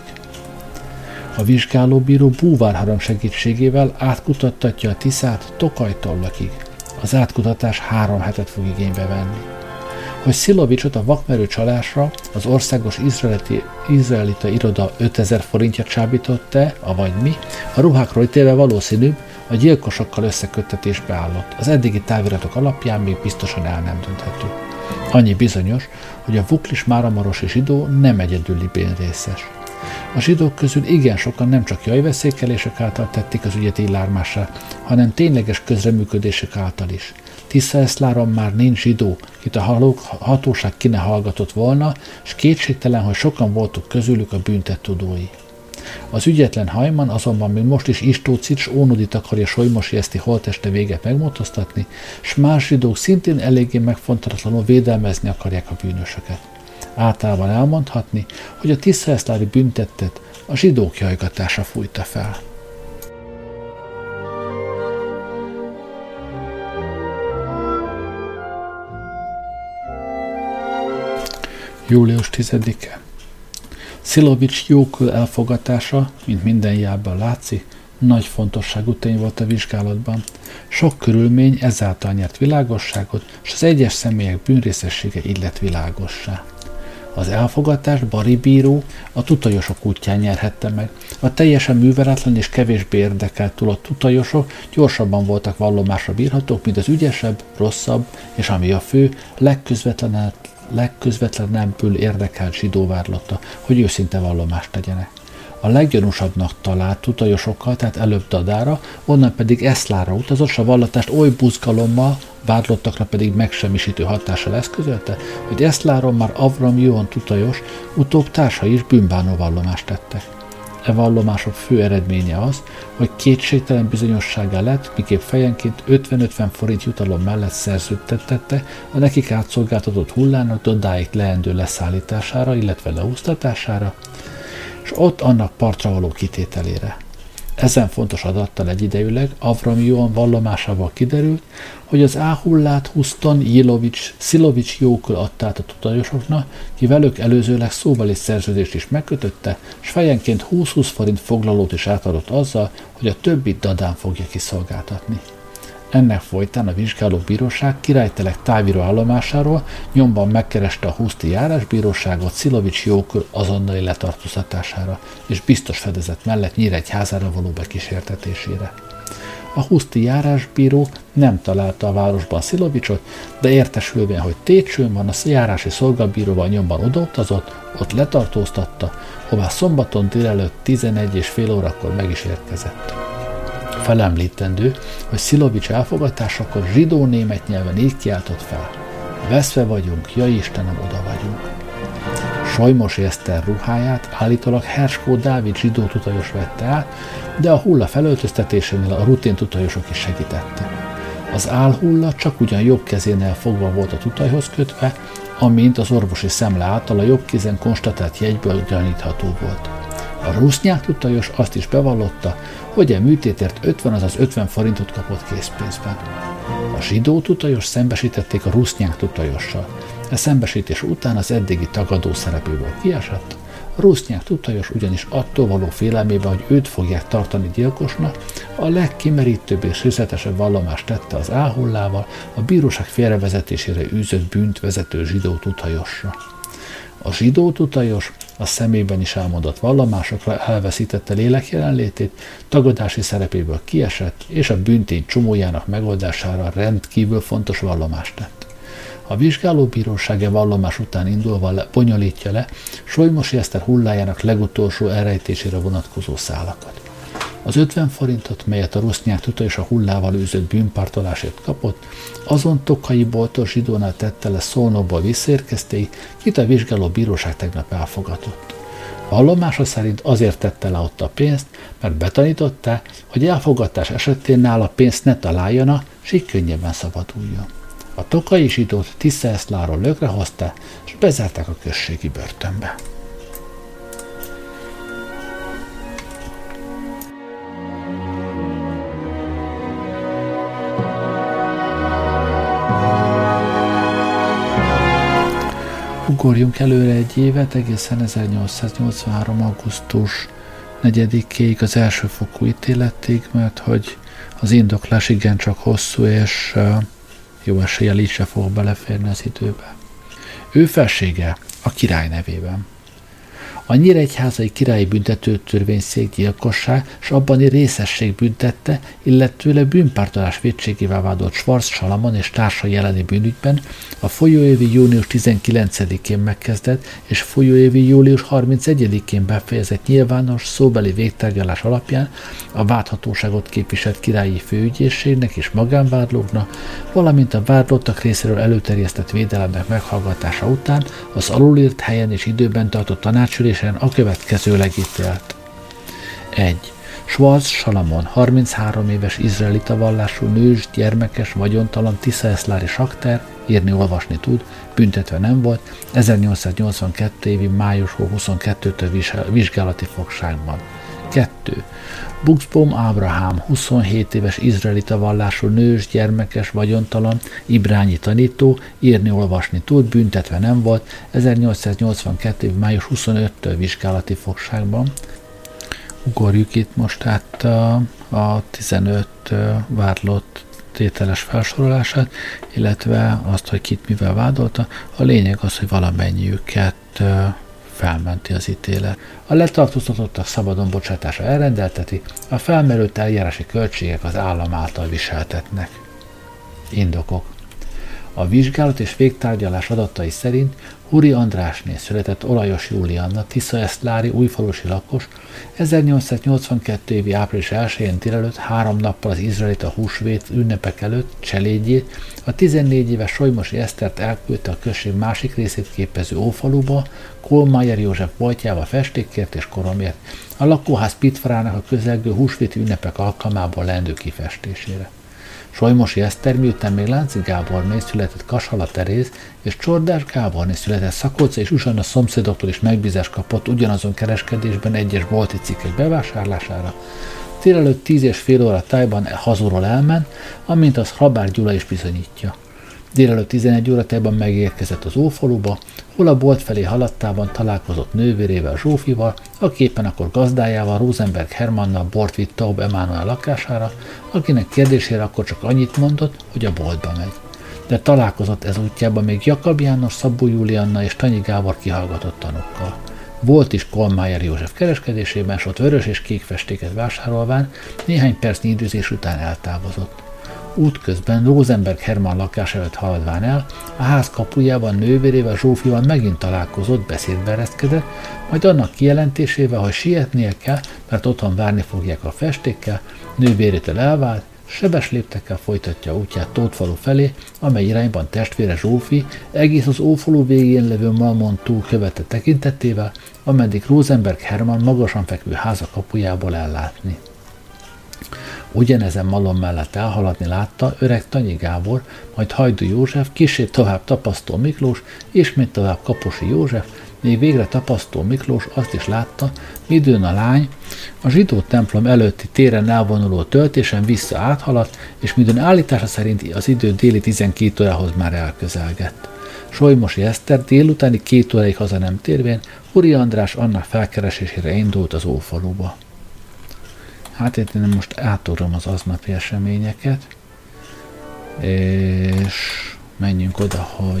A vizsgálóbíró búvárharang segítségével átkutattatja a Tiszát Tokajtól Lökig. Az átkutatás három hetet fog igénybe venni. Hogy Szilovicsot a vakmerő csalásra az országos izraeliti, izraelita iroda ötezer forintja csábított-e, avagy mi, a ruhákról ítélve valószínűbb, a gyilkosokkal összeköttetésbe állott. Az eddigi táviratok alapján még biztosan el nem dönthető. Annyi bizonyos, hogy a Vuklis Máramarosi zsidó nem egyedüli bűnrészes. A zsidók közül igen sokan nem csak jajveszékelések által tették az ügyet illármásra, hanem tényleges közreműködések által is. Tisza-Eszláron már nincs zsidó, kit a hatóság ki ne hallgatott volna, s kétségtelen, hogy sokan voltak közülük a bűntett tudói. Az ügyetlen Hajman azonban még most is Istócics Ónudit akarja Solymosi Eszti holtteste véget megmotoztatni, s más zsidók szintén eléggé megfontolatlanul védelmezni akarják a bűnösöket. Általában elmondhatni, hogy a Tisza-Eszlári büntettet a zsidók jajgatása fújta fel. július tizedike. Szilovics jókül elfogatása, mint minden jelben látszik, nagy fontosságú tény volt a vizsgálatban. Sok körülmény ezáltal nyert világosságot, és az egyes személyek bűnrészessége így lett világossá. Az elfogadást Bari bíró a tutajosok útján nyerhette meg. A teljesen műveletlen és kevésbé érdekelt túlott tutajosok gyorsabban voltak vallomásra bírhatók, mint az ügyesebb, rosszabb, és ami a fő, legközvetlenebb, legközvetlenebbül érdekelt zsidóvárlotta, hogy őszinte vallomást tegyenek. A leggyanúsabbnak talált tutajosokkal, tehát előbb Dadára, onnan pedig Eszlára utazott, s a vallatást oly buzgalommal, vádlottakra pedig megsemmisítő hatással eszközölte, hogy Eszláron már Avram Johan tutajos, utóbb társai is bűnbánó vallomást tettek. E vallomások fő eredménye az, hogy kétségtelen bizonyosságá lett, miképp fejenként ötven-ötven forint jutalom mellett szerződtette a nekik átszolgáltatott hullának Dadáig leendő leszállítására, illetve leúsztatására, és ott annak partra való kitételére. Ezen fontos adattal egyidejűleg Avram Johan vallomásával kiderült, hogy az áhullát Huston Jilovics, Szilovics jókül adta át a tutajosoknak, ki velük előzőleg szóbeli szerződést is megkötötte, s fejenként húsz-húsz forint foglalót is átadott azzal, hogy a többit Dadán fogja kiszolgáltatni. Ennek folytán a vizsgálóbíróság királytelek távíró állomásáról nyomban megkereste a huszti járásbíróságot Szilovics jókör azonnali letartóztatására és biztos fedezet mellett Nyíregyházára való bekísértetésére. A huszti járásbíró nem találta a városban Szilovicsot, de értesülvén, hogy tétsőn van, a járási szolgabíróval nyomban odautazott, ott letartóztatta, hová szombaton délelőtt tizenegy és fél órakor meg is érkezett. Felemlítendő, hogy Szilovics elfogadásakor zsidó-német nyelven így kiáltott fel: veszve vagyunk, ja Istenem, oda vagyunk. Solymosi Eszter ruháját állítólag Herskó Dávid zsidó tutajos vette át, de a hulla felöltöztetésénél a rutin tutajosok is segítettek. Az álhulla csak ugyan jobb kezénél fogva volt a tutajhoz kötve, amint az orvosi szemle által a jobb kézen konstatált jegyből gyanítható volt. A rusznyák tutajos azt is bevallotta, hogy a műtétért ötven, azaz ötven forintot kapott készpénzben. A zsidó tutajos szembesítették a rusznyák tutajossal. A szembesítés után az eddigi tagadó szerepéből kiesett. A rusznyák tutajos ugyanis attól való félelmében, hogy őt fogják tartani gyilkosnak, a legkimerítőbb és részletesebb vallomást tette az áhullával a bíróság félrevezetésére űzött bűnt vezető zsidó tutajosra. A zsidó tutajos a szemében is elmondott vallomásokra elveszítette lélek jelenlétét, tagadási szerepéből kiesett, és a bűntény csomójának megoldására rendkívül fontos vallomást tett. A vizsgálóbírósága vallomás után indulva le, bonyolítja le Solymosi Eszter hullájának legutolsó elrejtésére vonatkozó szálakat. Az ötven forintot, melyet a rusznyák tutajos a hullával űzött bűnpártolásért kapott, azon Tokai boltos zsidónál tette le Szolnokból visszaérkeztéig, kit a vizsgálóbíróság tegnap elfogadott. Vallomása szerint azért tette le ott a pénzt, mert betanította, hogy elfogadás esetén nála pénzt ne találjanak, s így könnyebben szabaduljon. A tokai zsidót Tisza Eszláról lökre hozta, és bezárták a községi börtönbe. Ugorjunk előre egy évet, egészen ezernyolcszáznyolcvanhárom. augusztus negyedikéig, az elsőfokú ítéletig, mert hogy az indoklás igencsak hosszú, és uh, jó eséllyel így se fog beleférni az időbe. Ő felsége a király nevében. A nyíregyházai királyi büntetőtörvényszék gyilkosság s abbani részesség büntette, illetőleg bűnpártolás vétségével vádolt Schwarz Salamon és társai elleni bűnügyben a folyóévi június tizenkilencedikén megkezdett és folyóévi július harmincegyedikén befejezett nyilvános szóbeli végtárgyalás alapján a vádhatóságot képviselt királyi főügyészségnek és magánvádlóknak, valamint a vádlottak részéről előterjesztett védelemnek meghallgatása után az alulírt helyen és időben tartott tanácsülés a következőleg ítélt. egy. Schwarz Salamon, harminchárom éves izraelita vallású, nős, gyermekes, vagyontalan, Tisza Eszlári sakter, írni, olvasni tud, büntetve nem volt, ezernyolcszáznyolcvankettő évi május huszonkettedikétől vizsgálati fogságban. kettő. Buxbaum Ábrahám, huszonhét éves izraelita vallású, nős, gyermekes, vagyontalan, ibrányi tanító, írni, olvasni tud, büntetve nem volt, ezernyolcszáznyolcvankettő év május huszonötödikétől vizsgálati fogságban. Ugorjuk itt most át a, a tizenöt vádlott tételes felsorolását, illetve azt, hogy kit mivel vádolta. A lényeg az, hogy valamennyiüket felmenti az ítélet. A letartóztatottak szabadon bocsátása elrendelteti, a felmerült eljárási költségek az állam által viseltetnek. Indokok. A vizsgálat és végtárgyalás adatai szerint Huri Andrásné született Olajos Julianna, Tiszaesztlári újfalusi lakos, ezernyolcszáznyolcvankettő évi április elsején délelőtt három nappal az izraelita húsvét ünnepek előtt cselédjét, a tizennégy éves Solymosi Esztert elküldte a község másik részét képező Ófaluba, Kohlmeier József boltjával festékért és koromért, a lakóház pitvarának a közelgő húsvéti ünnepek alkalmából lendő kifestésére. Solymosi Eszter, miután még Lánci Gáborné született Kashala Teréz, és Csordás Gáborné született Szakolca és Uzsanna szomszédoktól is megbízást kapott ugyanazon kereskedésben egyes bolti cikkek bevásárlására, délelőtt tíz és fél óra tájban hazulról elment, amint az Hrabár Gyula is bizonyítja. Délelőtt tizenegy óra tájban megérkezett az Ófaluba, hol a bolt felé haladtában találkozott nővérével Zsófival, aki éppen akkor gazdájával, Rosenberg Hermannnal bort vitt Taub Emánuel lakására, akinek kérdésére akkor csak annyit mondott, hogy a boltba megy. De találkozott ez útjában még Jakab János, Szabó Julianna és Tanyi Gábor kihallgatott tanúkkal. Volt is Kohlmeier József kereskedésében, s ott vörös és kék festéket vásárolván néhány percnyi időzés után eltávozott. Útközben Rosenberg Hermann lakás előtt haladván el, a ház kapujában nővérével Zsófival megint találkozott, beszédbe ereszkedett, majd annak kijelentésével, hogy sietnie kell, mert otthon várni fogják a festékkel, nővérétől elvált, sebes léptekkel folytatja útját Tótfalu felé, amely irányban testvére Zsófi egész az Ófalu végén levő Malmon túl követte tekintetével, ameddig Rosenberg Hermann magasan fekvő háza kapujából ellátni. Ugyanezen malom mellett elhaladni látta öreg Tanyi Gábor, majd Hajdú József, kissé tovább Tapasztó Miklós, ismét tovább Kaposi József, még végre Tapasztó Miklós azt is látta, midőn a lány a zsidó templom előtti téren elvonuló töltésen vissza áthaladt, és midőn állítása szerint az idő déli tizenkét órához már elközelgett. Solymosi Eszter délutáni két óráig haza nem térvén, Huri András annak felkeresésére indult az Ófaluba. Hát én most átugrom az aznapi eseményeket, és menjünk oda, hogy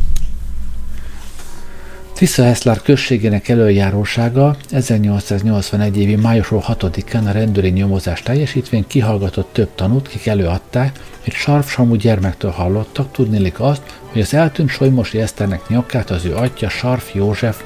Tiszaeszlár községének előjárósága ezernyolcszáznyolcvanegy évi májusról hatodikán a rendőri nyomozást teljesítvén kihallgatott több tanút, kik előadták, hogy Sarf Samu gyermektől hallottak, tudniillik azt, hogy az eltűnt Solymosi Eszternek nyakát az ő atya Sarf József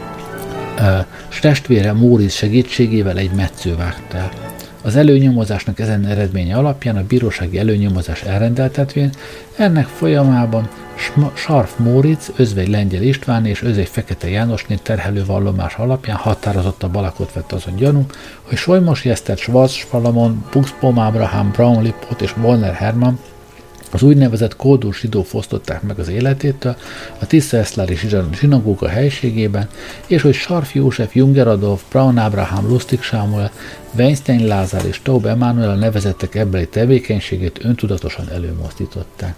s testvére Móricz segítségével egy metsző vágta el. Az előnyomozásnak ezen eredménye alapján a bírósági előnyomozás elrendeltetvén ennek folyamában Sarf Móricz, Özvegy Lengyel István és Özvegy Fekete Jánosné terhelő vallomás alapján határozottabb alakot vett azon gyanú, hogy Solymosi Eszter, Schwarz Salamon, Buxbaum Ábrahám, Braun Lippold és Wollner Hermann az úgynevezett kódus zsidó fosztották meg az életétől a Tiszaeszlári zsinagóga helységében, és hogy Sarf József, Junger Adolf, Braun Ábrahám, Lustig Sámuel, Weinstein Lázár és Taub Emánuel a nevezettek ebbeli tevékenységét öntudatosan előmozdították.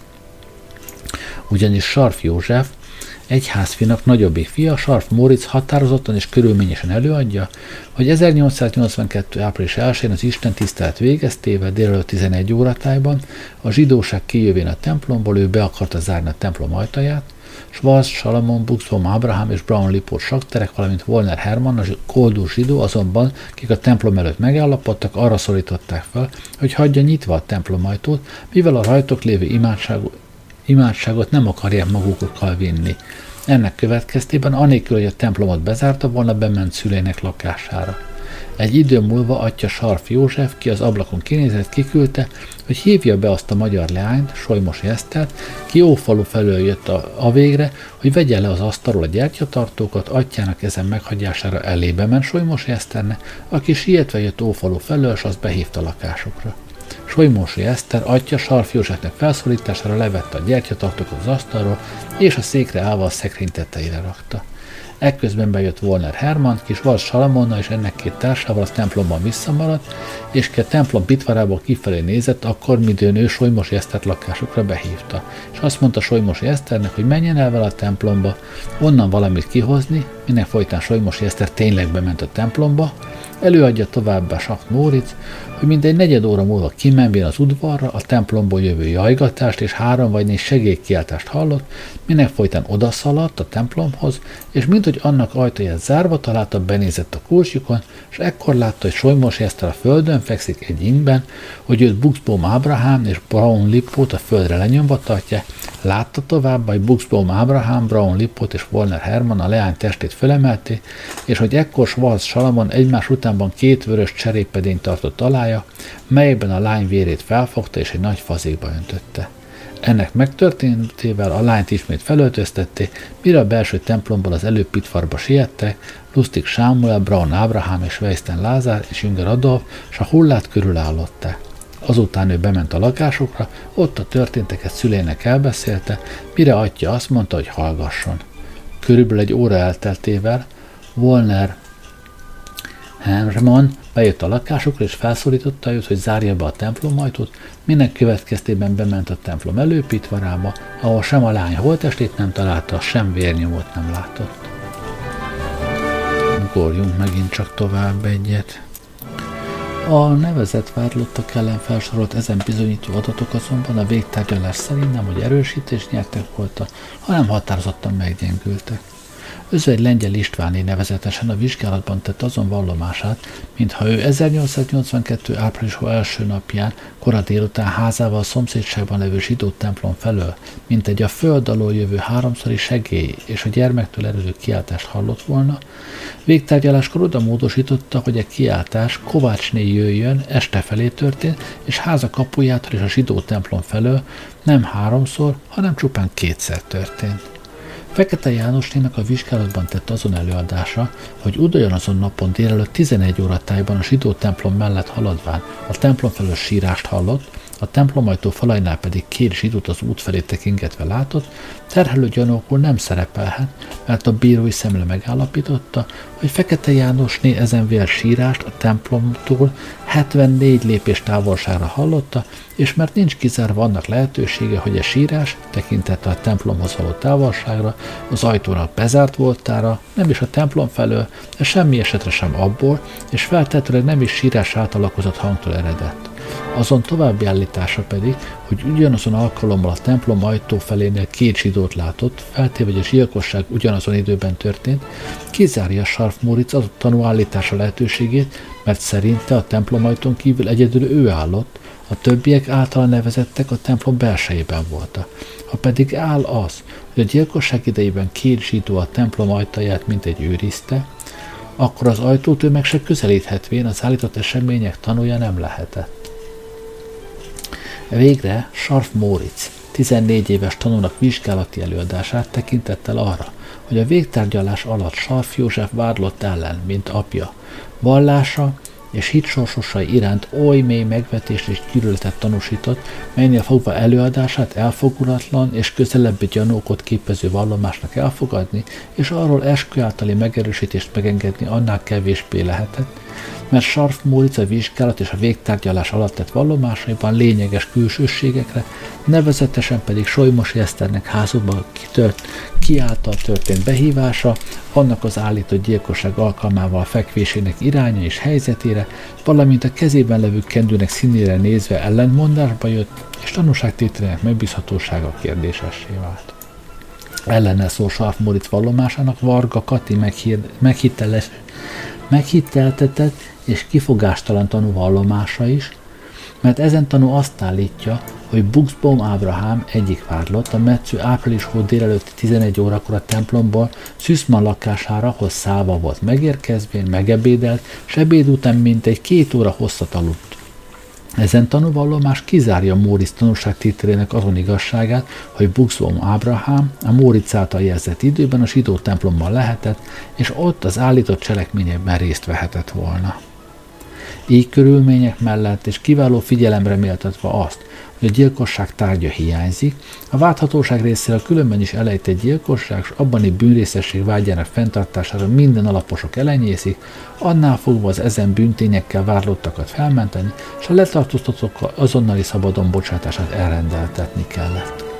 Ugyanis Sarf József, egyházfinak nagyobbik fia, Sarf Móricz határozottan és körülményesen előadja, hogy ezernyolcszáznyolcvankettő április elsején az istentisztelet végeztével délelőtt tizenegy óratájban a zsidóság kijövén a templomból ő be akarta zárni a templom ajtaját, Schwarz Salamon, Buxbaum Ábrahám és Braun Lippold sakterek, valamint Wollner Hermann, a koldú zsidó azonban, kik a templom előtt megállapodtak, arra szorították fel, hogy hagyja nyitva a templom ajtót, mivel a rajtok lévő imádságot imádságot nem akarják magukkal vinni. Ennek következtében anélkül, hogy a templomot bezárta volna, bement szüleinek lakására. Egy idő múlva atya Sarf József, ki az ablakon kinézett, kiküldte, hogy hívja be azt a magyar leányt, Solymosi Esztert, ki Ófalu felől jött a, a végre, hogy vegye le az asztalról a gyertyatartókat, atyának ezen meghagyására elébe ment Solymosi Eszternek, aki sietve jött Ófalu felől, és azt behívta lakásokra. Solymosi Eszter atya Sarf Józsefnek felszólítására levette a gyertyatartókat az asztalról, és a székre állva a szekrény tetejére rakta. Ekközben bejött Wollner Hermann, kis Schwarz Salamonnal és ennek két társával a templomban visszamaradt, és ki a templom pitvarából kifelé nézett, akkor midőn ő Solymosi Esztert lakásokra behívta, és azt mondta Solymosi Eszternek, hogy menjen el vele a templomba, onnan valamit kihozni, minek folytán Solymosi Eszter tényleg bement a templomba, Előadja továbbá Schaff Móricz, hogy mindegy negyed óra múlva kimenvén az udvarra a templomból jövő jajgatást és három vagy négy segélykiáltást hallott, minek folytán odaszaladt a templomhoz, és minthogy annak ajtaját zárva találta, benézett a kulcsjukon, és ekkor látta, hogy Solymos Eszter a földön fekszik egy ingben, hogy őt Buxbaum Ábrahám és Braun Lippót a földre lenyomva tartják. Látta tovább, hogy Buxbaum Ábrahám, Braun Lippót és Wollner Hermann a leány testét fölemelték, és hogy ekkor Schwarz Salamon egymás utánban két vörös cserépedényt tartott alája, melyben a lány vérét felfogta és egy nagy fazékba öntötte. Ennek megtörténtével a lányt ismét felöltöztették, mire a belső templomból az előpitvarba siettek, Lustig Sámuel, Braun Ábrahám és Weisten Lázár és Jünger Adolf, s a hullát körülállották. Azután ő bement a lakásokra, ott a történteket szüleinek elbeszélte, mire atya azt mondta, hogy hallgasson. Körülbelül egy óra elteltével Wollner Hermann bejött a lakásokra, és felszólította őt, hogy zárja be a templomajtót, minek következtében bement a templom előpitvarába, ahol sem a lány holttestét nem találta, sem vérnyomot nem látott. Ugorjunk megint csak tovább egyet. A nevezett vádlottak ellen felsorolt ezen bizonyító adatok azonban a végtárgyalás szerint nem, hogy erősítést nyertek voltak, hanem határozottan meggyengültek. Özvegy Lengyel Istváné nevezetesen a vizsgálatban tett azon vallomását, mintha ő ezernyolcszáznyolcvankettő április első napján, kora délután házával a szomszédságban levő zsidó templom felől, mint egy a föld alól jövő háromszori segély és a gyermektől eredő kiáltást hallott volna, végtárgyaláskor oda módosította, hogy a kiáltás Kovácsné jöjjön este felé történt, és háza kapujától és a zsidó templom felől nem háromszor, hanem csupán kétszer történt. Fekete Jánosnénak a vizsgálatban tett azon előadása, hogy ugyanazon napon délelőtt tizenegy óra tájban a zsidó templom mellett haladván a templom felől sírást hallott, a templomajtó falainál pedig két zsidót az út felé tekingetve látott, terhelő gyanúkul nem szerepelhet, mert a bírói szemle megállapította, hogy Fekete Jánosné ezen vér sírást a templomtól hetvennégy lépés távolságra hallotta, és mert nincs kizárva annak lehetősége, hogy a sírás tekintettel a templomhoz való távolságra, az ajtónak bezárt voltára, nem is a templom felől, de semmi esetre sem abból, és feltetőleg nem is sírás által okozott hangtól eredett. Azon további állítása pedig, hogy ugyanazon alkalommal a templom ajtó felénél két zsidót látott, feltéve, hogy a gyilkosság ugyanazon időben történt, kizárja Scharff Móricz azon tanú állítása lehetőségét, mert szerinte a templom ajtón kívül egyedül ő állott, a többiek által nevezettek a templom belsejében voltak. Ha pedig áll az, hogy a gyilkosság idejében két zsidó a templom ajtaját mintegy őrizte, akkor az ajtót ő meg se közelíthetvén az állított események tanúja nem lehetett. Végre Scharff Móricz tizennégy éves tanúnak vizsgálati előadását tekintettel arra, hogy a végtárgyalás alatt Scharff József vádlott ellen, mint apja, vallása és hitsorsosai iránt oly mély megvetést és gyűlöletet tanúsított, melynél fogva előadását elfogulatlan és közelebbi gyanúkot képező vallomásnak elfogadni, és arról eskü általi megerősítést megengedni annál kevésbé lehetett, mert Scharff Móricz a vizsgálat és a végtárgyalás alatt tett vallomásaiban lényeges külsőségekre, nevezetesen pedig Solymosi Eszternek házukba kitört, kiáltal történt behívása, annak az állított gyilkosság alkalmával fekvésének iránya és helyzetére, valamint a kezében levő kendőnek színére nézve ellentmondásba jött, és tanúságtételének megbízhatósága kérdésessé vált. Ellene szól Scharff Móricz vallomásának Varga Kati meghír, meghiteles, meghiteltetett és kifogástalan tanú vallomása is, mert ezen tanú azt állítja, hogy Buxbaum Ábrahám egyik vádlott a metsző április hó délelőtti tizenegy órakor a templomból Szüsszmann lakására, ahol szállva volt megérkezvén, megebédelt, s ebéd után mintegy két óra hosszat aludt. Ezen tanúvallomás kizárja Móricz tanúságtételének azon igazságát, hogy Buxbaum Ábrahám a Móricz által jelzett időben a zsidó templomban lehetett, és ott az állított cselekményekben részt vehetett volna. Így körülmények mellett és kiváló figyelemre méltatva azt, hogy a gyilkosság tárgya hiányzik, a vádhatóság részéről különben is elejtett gyilkosság és abbani bűnrészesség vágyának fenntartására minden alaposok elenyészik, annál fogva az ezen bűntényekkel vádlottakat felmenteni, és a letartóztatókkal azonnali szabadon bocsátását elrendeltetni kellett.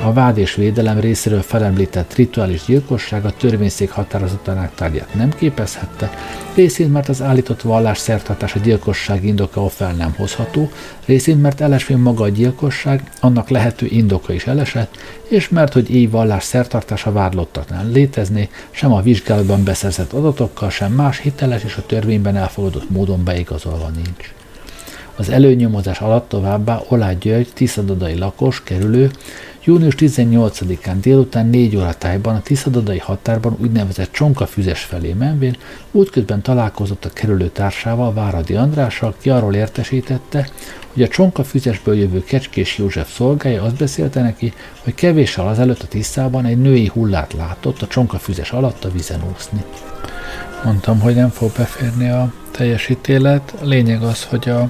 A vád és védelem részéről felemlített rituális gyilkosság a törvényszék határozatának tárgyát nem képezhette, részint mert az állított vallás szertartás a gyilkosság indoka fel nem hozható, részint mert elesvén maga a gyilkosság, annak lehető indoka is elesett, és mert hogy így vallás szertartása vádlottak nem létezné, sem a vizsgálatban beszerzett adatokkal, sem más hiteles és a törvényben elfogadott módon beigazolva nincs. Az előnyomozás alatt továbbá Oláh György, tiszadadai lakos, kerülő, június tizennyolcadikán délután négy óra tájban a tiszadadai határban úgynevezett Csonkafüzes felé menvén útközben találkozott a kerülő társával, Váradi Andrással, ki arról értesítette, hogy a Csonkafüzesből jövő Kecskés József szolgája azt beszélte neki, hogy kevéssel azelőtt a Tiszában egy női hullát látott a Csonkafüzes alatt a vízen úszni. Mondtam, hogy nem fog beférni a teljes ítélet. A lényeg az, hogy a,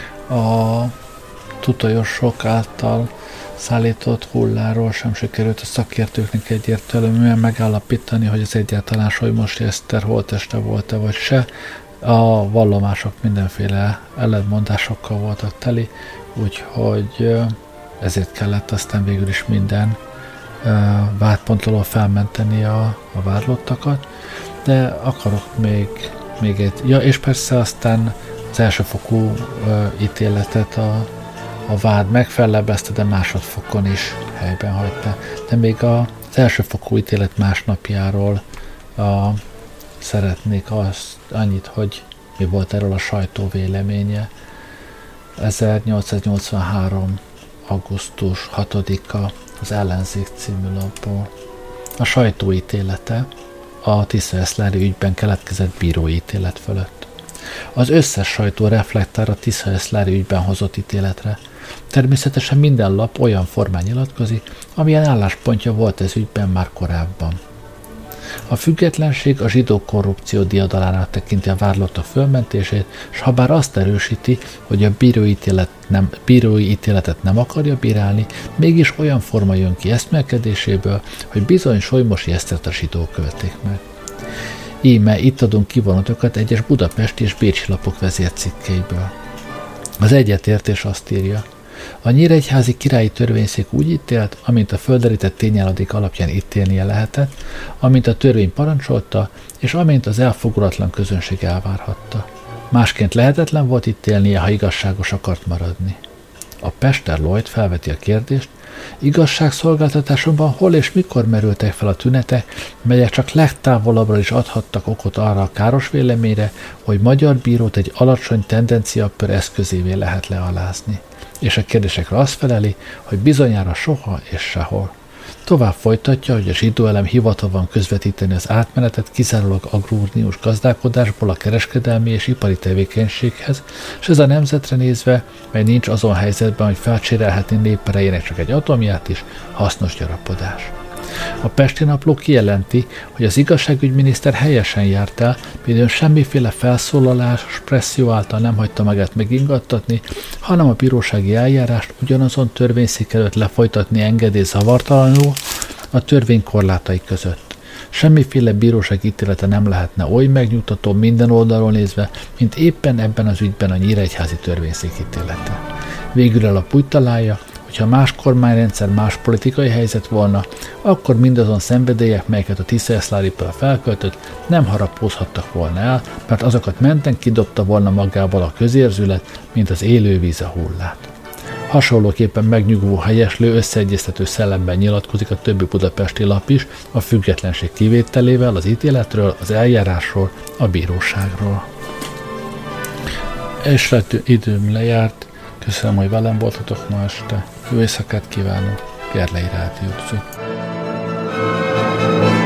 a tutajosok által szállított hulláról sem sikerült a szakértőknek egyértelműen megállapítani, hogy ez egyáltalán Solymosi Eszter holtteste volt-e vagy se. A vallomások mindenféle ellentmondásokkal voltak teli, úgyhogy ezért kellett aztán végül is minden vádpontról felmenteni a, a vádlottakat, de akarok még, még egy... Ja, és persze aztán az elsőfokú uh, ítéletet a, a vád megfellebezte, de másodfokon is helyben hagyta. De még a, az elsőfokú ítélet másnapjáról a, szeretnék azt, annyit, hogy mi volt erről a sajtó véleménye. ezernyolcszáznyolcvanhárom. augusztus hatodika az Ellenzék című lapból. A sajtó ítélete a Tisza-Eszlári ügyben keletkezett bírói ítélet fölött. Az összes sajtó reflektál a Tisza-Eszlári ügyben hozott ítéletre. Természetesen minden lap olyan formán nyilatkozik, amilyen álláspontja volt ez ügyben már korábban. A függetlenség a zsidó korrupció diadalának tekinti a vádlottak fölmentését, s ha bár azt erősíti, hogy a bírói, ítélet nem, bírói ítéletet nem akarja bírálni, mégis olyan forma jön ki eszmélkedéséből, hogy bizony Solymosi Esztert a zsidók költék meg. Íme itt adunk kivonatokat egyes budapesti és bécsi lapok vezércikkeiből. Az egyetértés azt írja: a nyíregyházi királyi törvényszék úgy ítélt, amint a földerített tényállaték alapján ítélnie lehetett, amint a törvény parancsolta, és amint az elfogulatlan közönség elvárhatta. Másként lehetetlen volt ítélnie, ha igazságos akart maradni. A Pester Lloyd felveti a kérdést, igazságszolgáltatásomban hol és mikor merültek fel a tünetek, melyek csak legtávolabbra is adhattak okot arra a káros véleményre, hogy magyar bírót egy alacsony tendenciapör eszközévé lehet lealázni. És a kérdésekre azt feleli, hogy bizonyára soha és sehol. Tovább folytatja, hogy a zsidó elem hivatal van közvetíteni az átmenetet kizárólag agrárnius gazdálkodásból a kereskedelmi és ipari tevékenységhez, és ez a nemzetre nézve, mely nincs azon helyzetben, hogy felcsérelhetni népperejének csak egy atomját is, hasznos gyarapodás. A Pesti Napló kijelenti, hogy az igazságügyminiszter helyesen járt el, midőn semmiféle felszólalás, presszió által nem hagyta magát megingattatni, hanem a bírósági eljárást ugyanazon törvényszék előtt lefolytatni engedély zavartalanul a törvény korlátai között. Semmiféle bíróság ítélete nem lehetne oly megnyugtató minden oldalról nézve, mint éppen ebben az ügyben a nyíregyházi törvényszék ítélete. Végül el a úgy találja, hogyha más kormányrendszer, más politikai helyzet volna, akkor mindazon szenvedélyek, melyeket a Tisza-Eszláripől felköltött, nem harapózhattak volna el, mert azokat menten kidobta volna magából a közérzület, mint az élő víz a hullát. Hasonlóképpen megnyugvó, helyeslő, összeegyeztető szellemben nyilatkozik a többi budapesti lap is, a függetlenség kivételével az ítéletről, az eljárásról, a bíróságról. És időm lejárt. Köszönöm, hogy velem voltatok ma este. Jó éjszakát kívánok. Gerlei Rádiózó.